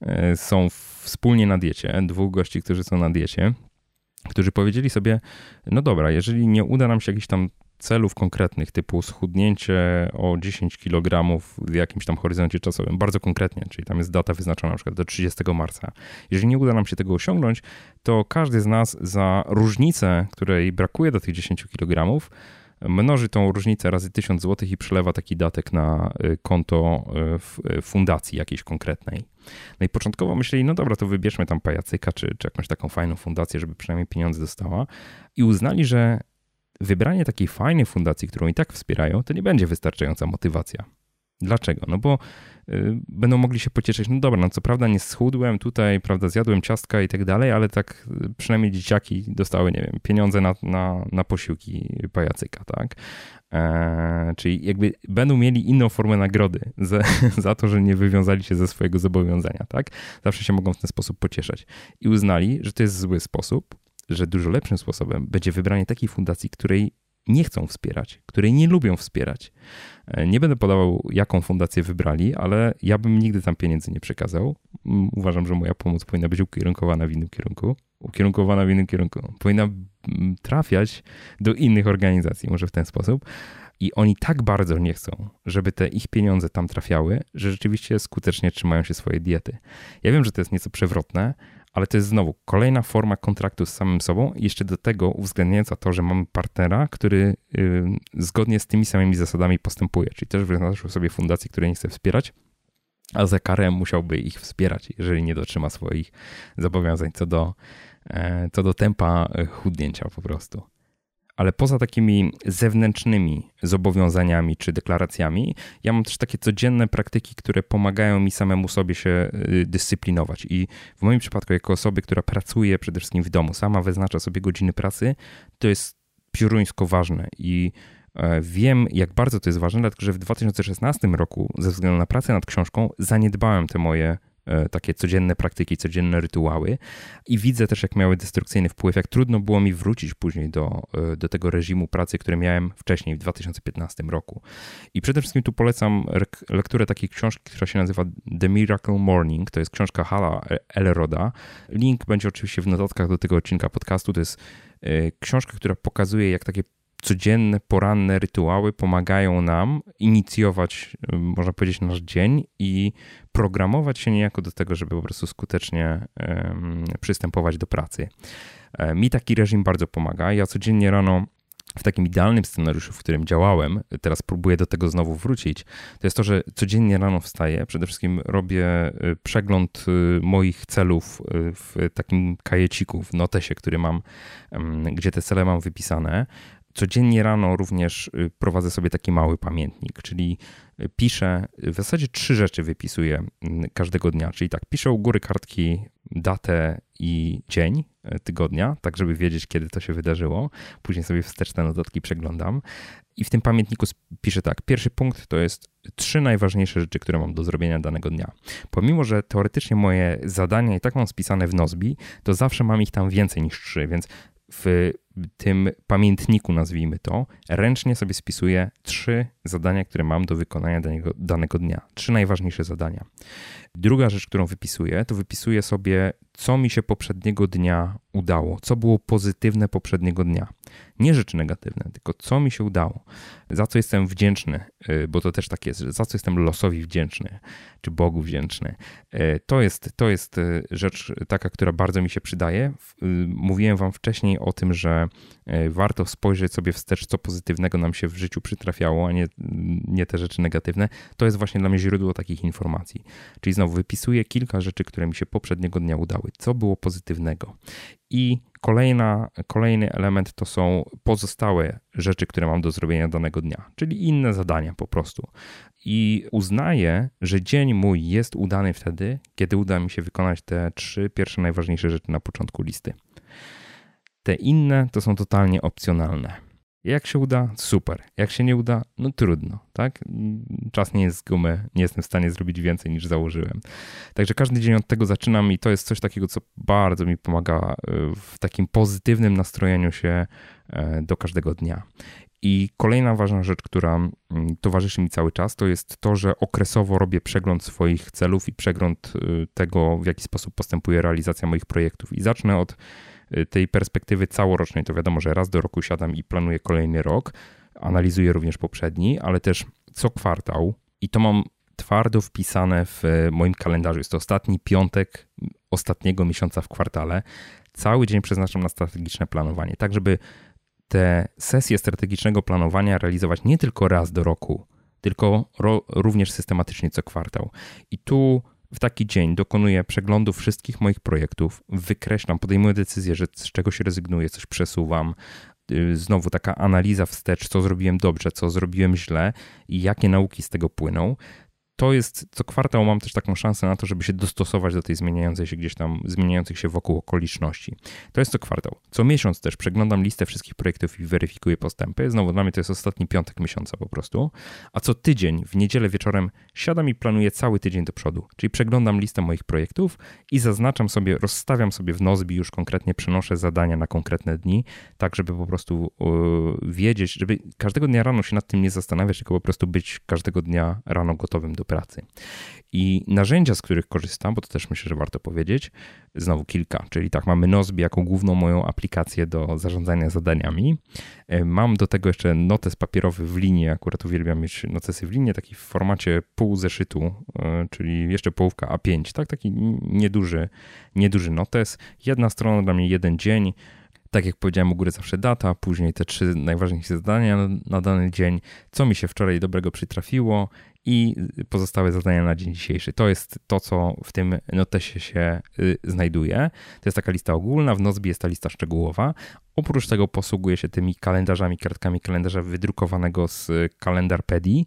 są wspólnie na diecie, dwóch gości, którzy są na diecie, którzy powiedzieli sobie, no dobra, jeżeli nie uda nam się jakichś tam celów konkretnych, typu schudnięcie o dziesięć kilogramów w jakimś tam horyzoncie czasowym, bardzo konkretnie, czyli tam jest data wyznaczona na przykład do trzydziestego marca. Jeżeli nie uda nam się tego osiągnąć, to każdy z nas za różnicę, której brakuje do tych dziesięciu kilogramów, mnoży tą różnicę razy tysiąc złotych i przelewa taki datek na konto w fundacji jakiejś konkretnej. No i początkowo myśleli, no dobra, to wybierzmy tam pajacyka, czy, czy jakąś taką fajną fundację, żeby przynajmniej pieniądze dostała, i uznali, że wybranie takiej fajnej fundacji, którą i tak wspierają, to nie będzie wystarczająca motywacja. Dlaczego? No bo y, będą mogli się pocieszyć, no dobra, no co prawda nie schudłem tutaj, prawda, zjadłem ciastka i tak dalej, ale tak y, przynajmniej dzieciaki dostały, nie wiem, pieniądze na, na, na posiłki pajacyka, tak? Eee, czyli jakby będą mieli inną formę nagrody za, za to, że nie wywiązali się ze swojego zobowiązania, tak? Zawsze się mogą w ten sposób pocieszać. I uznali, że to jest zły sposób, że dużo lepszym sposobem będzie wybranie takiej fundacji, której nie chcą wspierać, której nie lubią wspierać. Nie będę podawał, jaką fundację wybrali, ale ja bym nigdy tam pieniędzy nie przekazał. Uważam, że moja pomoc powinna być ukierunkowana w innym kierunku. Ukierunkowana w innym kierunku. Powinna trafiać do innych organizacji, może w ten sposób. I oni tak bardzo nie chcą, żeby te ich pieniądze tam trafiały, że rzeczywiście skutecznie trzymają się swojej diety. Ja wiem, że to jest nieco przewrotne, ale to jest znowu kolejna forma kontraktu z samym sobą i jeszcze do tego uwzględniająca to, że mamy partnera, który yy, zgodnie z tymi samymi zasadami postępuje, czyli też wyznaczył sobie fundację, której nie chce wspierać, a za karę musiałby ich wspierać, jeżeli nie dotrzyma swoich zobowiązań co do, e, co do tempa chudnięcia po prostu. Ale poza takimi zewnętrznymi zobowiązaniami czy deklaracjami, ja mam też takie codzienne praktyki, które pomagają mi samemu sobie się dyscyplinować. I w moim przypadku, jako osoby, która pracuje przede wszystkim w domu, sama wyznacza sobie godziny pracy, to jest pioruńsko ważne. I wiem, jak bardzo to jest ważne, dlatego że w dwa tysiące szesnastym roku, ze względu na pracę nad książką, zaniedbałem te moje takie codzienne praktyki, codzienne rytuały i widzę też, jak miały destrukcyjny wpływ, jak trudno było mi wrócić później do, do tego reżimu pracy, który miałem wcześniej, w dwa tysiące piętnastym roku. I przede wszystkim tu polecam lekturę takiej książki, która się nazywa The Miracle Morning, to jest książka Hala Elroda. Link będzie oczywiście w notatkach do tego odcinka podcastu. To jest książka, która pokazuje, jak takie codzienne, poranne rytuały pomagają nam inicjować, można powiedzieć, nasz dzień i programować się niejako do tego, żeby po prostu skutecznie um, przystępować do pracy. Mi taki reżim bardzo pomaga. Ja codziennie rano w takim idealnym scenariuszu, w którym działałem, teraz próbuję do tego znowu wrócić, to jest to, że codziennie rano wstaję, przede wszystkim robię przegląd moich celów w takim kajeciku, w notesie, który mam, gdzie te cele mam wypisane. Codziennie rano również prowadzę sobie taki mały pamiętnik, czyli piszę, w zasadzie trzy rzeczy wypisuję każdego dnia, czyli tak, piszę u góry kartki datę i dzień tygodnia, tak żeby wiedzieć, kiedy to się wydarzyło. Później sobie wsteczne notatki przeglądam i w tym pamiętniku piszę tak, pierwszy punkt to jest trzy najważniejsze rzeczy, które mam do zrobienia danego dnia. Pomimo, że teoretycznie moje zadania i tak mam spisane w Nozbi, to zawsze mam ich tam więcej niż trzy, więc w tym pamiętniku, nazwijmy to, ręcznie sobie spisuję trzy zadania, które mam do wykonania danego, danego dnia. Trzy najważniejsze zadania. Druga rzecz, którą wypisuję, to wypisuję sobie, co mi się poprzedniego dnia udało, co było pozytywne poprzedniego dnia. Nie rzeczy negatywne, tylko co mi się udało, za co jestem wdzięczny, bo to też tak jest, że za co jestem losowi wdzięczny, czy Bogu wdzięczny. To jest, to jest rzecz taka, która bardzo mi się przydaje. Mówiłem wam wcześniej o tym, że warto spojrzeć sobie wstecz, co pozytywnego nam się w życiu przytrafiało, a nie, nie te rzeczy negatywne. To jest właśnie dla mnie źródło takich informacji. Czyli znowu wypisuję kilka rzeczy, które mi się poprzedniego dnia udały, co było pozytywnego. I kolejna, kolejny element to są pozostałe rzeczy, które mam do zrobienia danego dnia, czyli inne zadania po prostu. I uznaję, że dzień mój jest udany wtedy, kiedy uda mi się wykonać te trzy pierwsze najważniejsze rzeczy na początku listy. Te inne to są totalnie opcjonalne. Jak się uda, super. Jak się nie uda, no trudno, tak? Czas nie jest z gumy, nie jestem w stanie zrobić więcej niż założyłem. Także każdy dzień od tego zaczynam i to jest coś takiego, co bardzo mi pomaga w takim pozytywnym nastrojeniu się do każdego dnia. I kolejna ważna rzecz, która towarzyszy mi cały czas, to jest to, że okresowo robię przegląd swoich celów i przegląd tego, w jaki sposób postępuje realizacja moich projektów. I zacznę od tej perspektywy całorocznej. To wiadomo, że raz do roku siadam i planuję kolejny rok. Analizuję również poprzedni, ale też co kwartał i to mam twardo wpisane w moim kalendarzu. Jest to ostatni piątek ostatniego miesiąca w kwartale. Cały dzień przeznaczam na strategiczne planowanie, tak żeby te sesje strategicznego planowania realizować nie tylko raz do roku, tylko ro, również systematycznie co kwartał. I tu w taki dzień dokonuję przeglądu wszystkich moich projektów, wykreślam, podejmuję decyzję, że z czegoś rezygnuję, coś przesuwam. Znowu taka analiza wstecz, co zrobiłem dobrze, co zrobiłem źle i jakie nauki z tego płyną. To jest, co kwartał mam też taką szansę na to, żeby się dostosować do tej zmieniającej się gdzieś tam, zmieniających się wokół okoliczności. To jest co kwartał. Co miesiąc też przeglądam listę wszystkich projektów i weryfikuję postępy. Znowu dla mnie to jest ostatni piątek miesiąca po prostu. A co tydzień, w niedzielę wieczorem siadam i planuję cały tydzień do przodu. Czyli przeglądam listę moich projektów i zaznaczam sobie, rozstawiam sobie w Nozbi, już konkretnie przenoszę zadania na konkretne dni, tak żeby po prostu yy, wiedzieć, żeby każdego dnia rano się nad tym nie zastanawiać, tylko po prostu być każdego dnia rano gotowym do pracy. I narzędzia, z których korzystam, bo to też myślę, że warto powiedzieć, znowu kilka, czyli tak, mamy Nozbi jako główną moją aplikację do zarządzania zadaniami. Mam do tego jeszcze notes papierowy w linie, akurat uwielbiam mieć notesy w linie, taki w formacie pół zeszytu, czyli jeszcze połówka A pięć, tak, taki nieduży, nieduży notes. Jedna strona dla mnie jeden dzień. Tak jak powiedziałem, u góry zawsze data, później te trzy najważniejsze zadania na dany dzień, co mi się wczoraj dobrego przytrafiło i pozostałe zadania na dzień dzisiejszy. To jest to, co w tym notesie się znajduje. To jest taka lista ogólna, w Nozbi jest ta lista szczegółowa. Oprócz tego posługuję się tymi kalendarzami, kartkami kalendarza wydrukowanego z kalendarpedii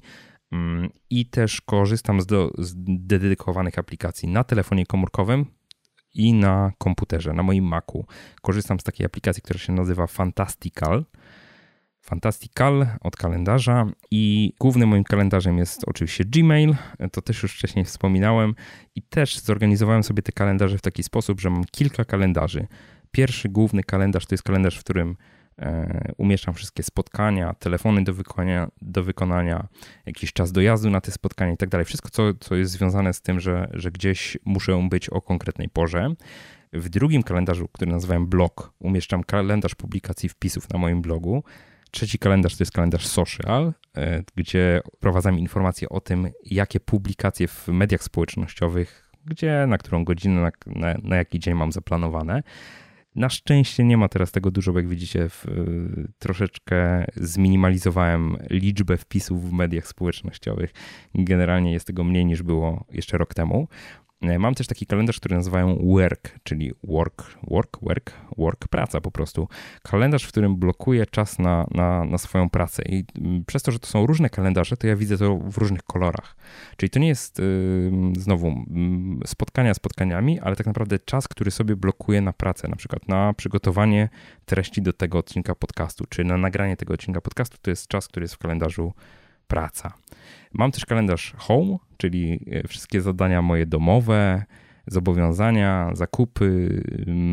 i też korzystam z, do, z dedykowanych aplikacji na telefonie komórkowym i na komputerze, na moim Macu. Korzystam z takiej aplikacji, która się nazywa Fantastical. Fantastical od kalendarza i głównym moim kalendarzem jest oczywiście Gmail, to też już wcześniej wspominałem i też zorganizowałem sobie te kalendarze w taki sposób, że mam kilka kalendarzy. Pierwszy główny kalendarz to jest kalendarz, w którym e, umieszczam wszystkie spotkania, telefony do wykonania, do wykonania, jakiś czas dojazdu na te spotkania i tak dalej. Wszystko, co, co jest związane z tym, że, że gdzieś muszę być o konkretnej porze. W drugim kalendarzu, który nazywałem blog, umieszczam kalendarz publikacji wpisów na moim blogu. Trzeci kalendarz to jest kalendarz social, gdzie wprowadzam informacje o tym, jakie publikacje w mediach społecznościowych, gdzie, na którą godzinę, na, na, na jaki dzień mam zaplanowane. Na szczęście nie ma teraz tego dużo, bo jak widzicie, w, troszeczkę zminimalizowałem liczbę wpisów w mediach społecznościowych. Generalnie jest tego mniej niż było jeszcze rok temu. Mam też taki kalendarz, który nazywają work, czyli work, work, work, work, praca po prostu. Kalendarz, w którym blokuję czas na, na, na swoją pracę i przez to, że to są różne kalendarze, to ja widzę to w różnych kolorach. Czyli to nie jest yy, znowu yy, spotkania spotkaniami, ale tak naprawdę czas, który sobie blokuję na pracę, na przykład na przygotowanie treści do tego odcinka podcastu, czy na nagranie tego odcinka podcastu, to jest czas, który jest w kalendarzu praca. Mam też kalendarz home, czyli wszystkie zadania moje domowe, zobowiązania, zakupy,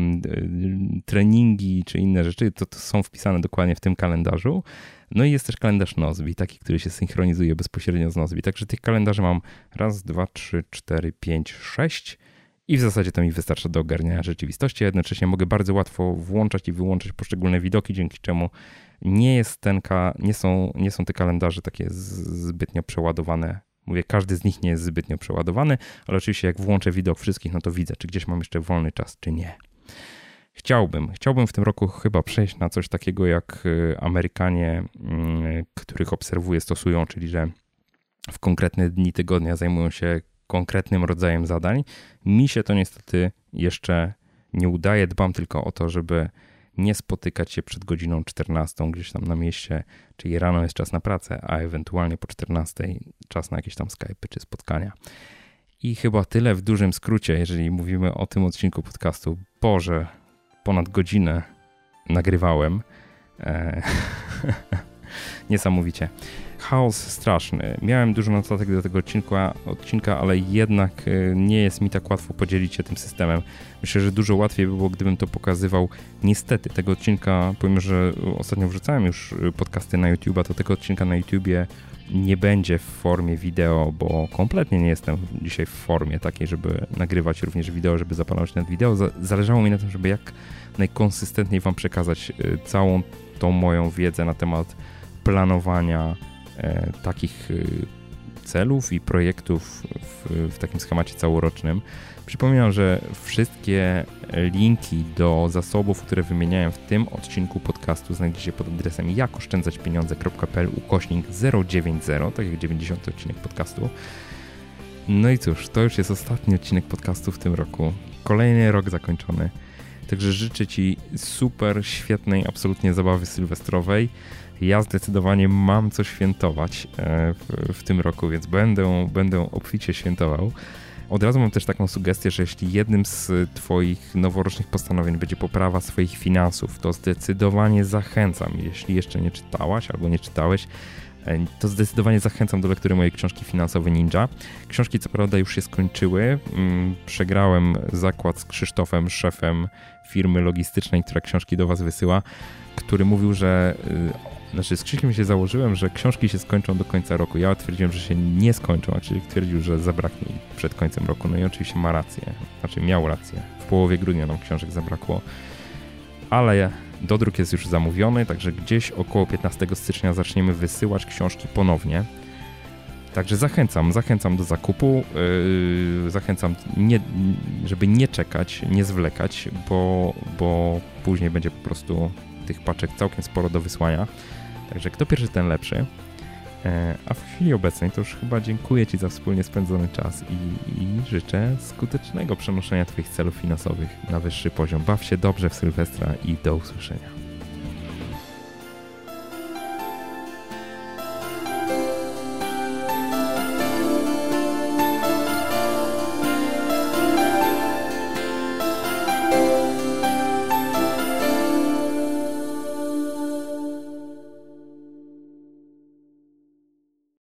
treningi czy inne rzeczy, to, to są wpisane dokładnie w tym kalendarzu. No i jest też kalendarz Nozbi, taki, który się synchronizuje bezpośrednio z Nozbi. Także tych kalendarzy mam raz, dwa, trzy, cztery, pięć, sześć i w zasadzie to mi wystarcza do ogarniania rzeczywistości. Jednocześnie mogę bardzo łatwo włączać i wyłączać poszczególne widoki, dzięki czemu nie jest ten, nie są, nie są te kalendarze takie zbytnio przeładowane. Mówię, każdy z nich nie jest zbytnio przeładowany, ale oczywiście jak włączę widok wszystkich, no to widzę, czy gdzieś mam jeszcze wolny czas, czy nie. Chciałbym, chciałbym w tym roku chyba przejść na coś takiego, jak Amerykanie, których obserwuję, stosują, czyli że w konkretne dni tygodnia zajmują się konkretnym rodzajem zadań. Mi się to niestety jeszcze nie udaje. Dbam tylko o to, żeby nie spotykać się przed godziną czternastą gdzieś tam na mieście, czyli rano jest czas na pracę, a ewentualnie po czternastej czas na jakieś tam Skype'y czy spotkania. I chyba tyle w dużym skrócie, jeżeli mówimy o tym odcinku podcastu. Boże, ponad godzinę nagrywałem. niesamowicie. Chaos straszny. Miałem dużo notatek do tego odcinka, odcinka, ale jednak nie jest mi tak łatwo podzielić się tym systemem. Myślę, że dużo łatwiej by było, gdybym to pokazywał. Niestety tego odcinka, pomimo że ostatnio wrzucałem już podcasty na YouTube'a, to tego odcinka na YouTubie nie będzie w formie wideo, bo kompletnie nie jestem dzisiaj w formie takiej, żeby nagrywać również wideo, żeby zapalać nad wideo. Zależało mi na tym, żeby jak najkonsystentniej wam przekazać całą tą moją wiedzę na temat planowania e, takich e, celów i projektów w, w takim schemacie całorocznym. Przypominam, że wszystkie linki do zasobów, które wymieniałem w tym odcinku podcastu, znajdziecie pod adresem jakoszczędzaćpieniądze kropka p l ukośnik zero dziewięćdziesiąt, tak jak dziewięćdziesiąty odcinek podcastu. No i cóż, to już jest ostatni odcinek podcastu w tym roku. Kolejny rok zakończony. Także życzę Ci super, świetnej, absolutnie zabawy sylwestrowej. Ja zdecydowanie mam co świętować w, w tym roku, więc będę, będę obficie świętował. Od razu mam też taką sugestię, że jeśli jednym z Twoich noworocznych postanowień będzie poprawa swoich finansów, to zdecydowanie zachęcam, jeśli jeszcze nie czytałaś albo nie czytałeś, to zdecydowanie zachęcam do lektury mojej książki Finansowy Ninja. Książki co prawda już się skończyły. Przegrałem zakład z Krzysztofem, szefem firmy logistycznej, która książki do Was wysyła, który mówił, że... Znaczy z Krzyśkiem się założyłem, że książki się skończą do końca roku. Ja twierdziłem, że się nie skończą, a Krzysiek twierdził, że zabraknie przed końcem roku. No i oczywiście ma rację. Znaczy miał rację. W połowie grudnia nam książek zabrakło. Ale dodruk jest już zamówiony, także gdzieś około piętnastego stycznia zaczniemy wysyłać książki ponownie. Także zachęcam, zachęcam do zakupu, yy, zachęcam, nie, żeby nie czekać, nie zwlekać, bo, bo później będzie po prostu tych paczek całkiem sporo do wysłania. Także kto pierwszy, ten lepszy. E, a w chwili obecnej to już chyba dziękuję Ci za wspólnie spędzony czas i, i życzę skutecznego przenoszenia Twoich celów finansowych na wyższy poziom. Baw się dobrze w Sylwestra i do usłyszenia.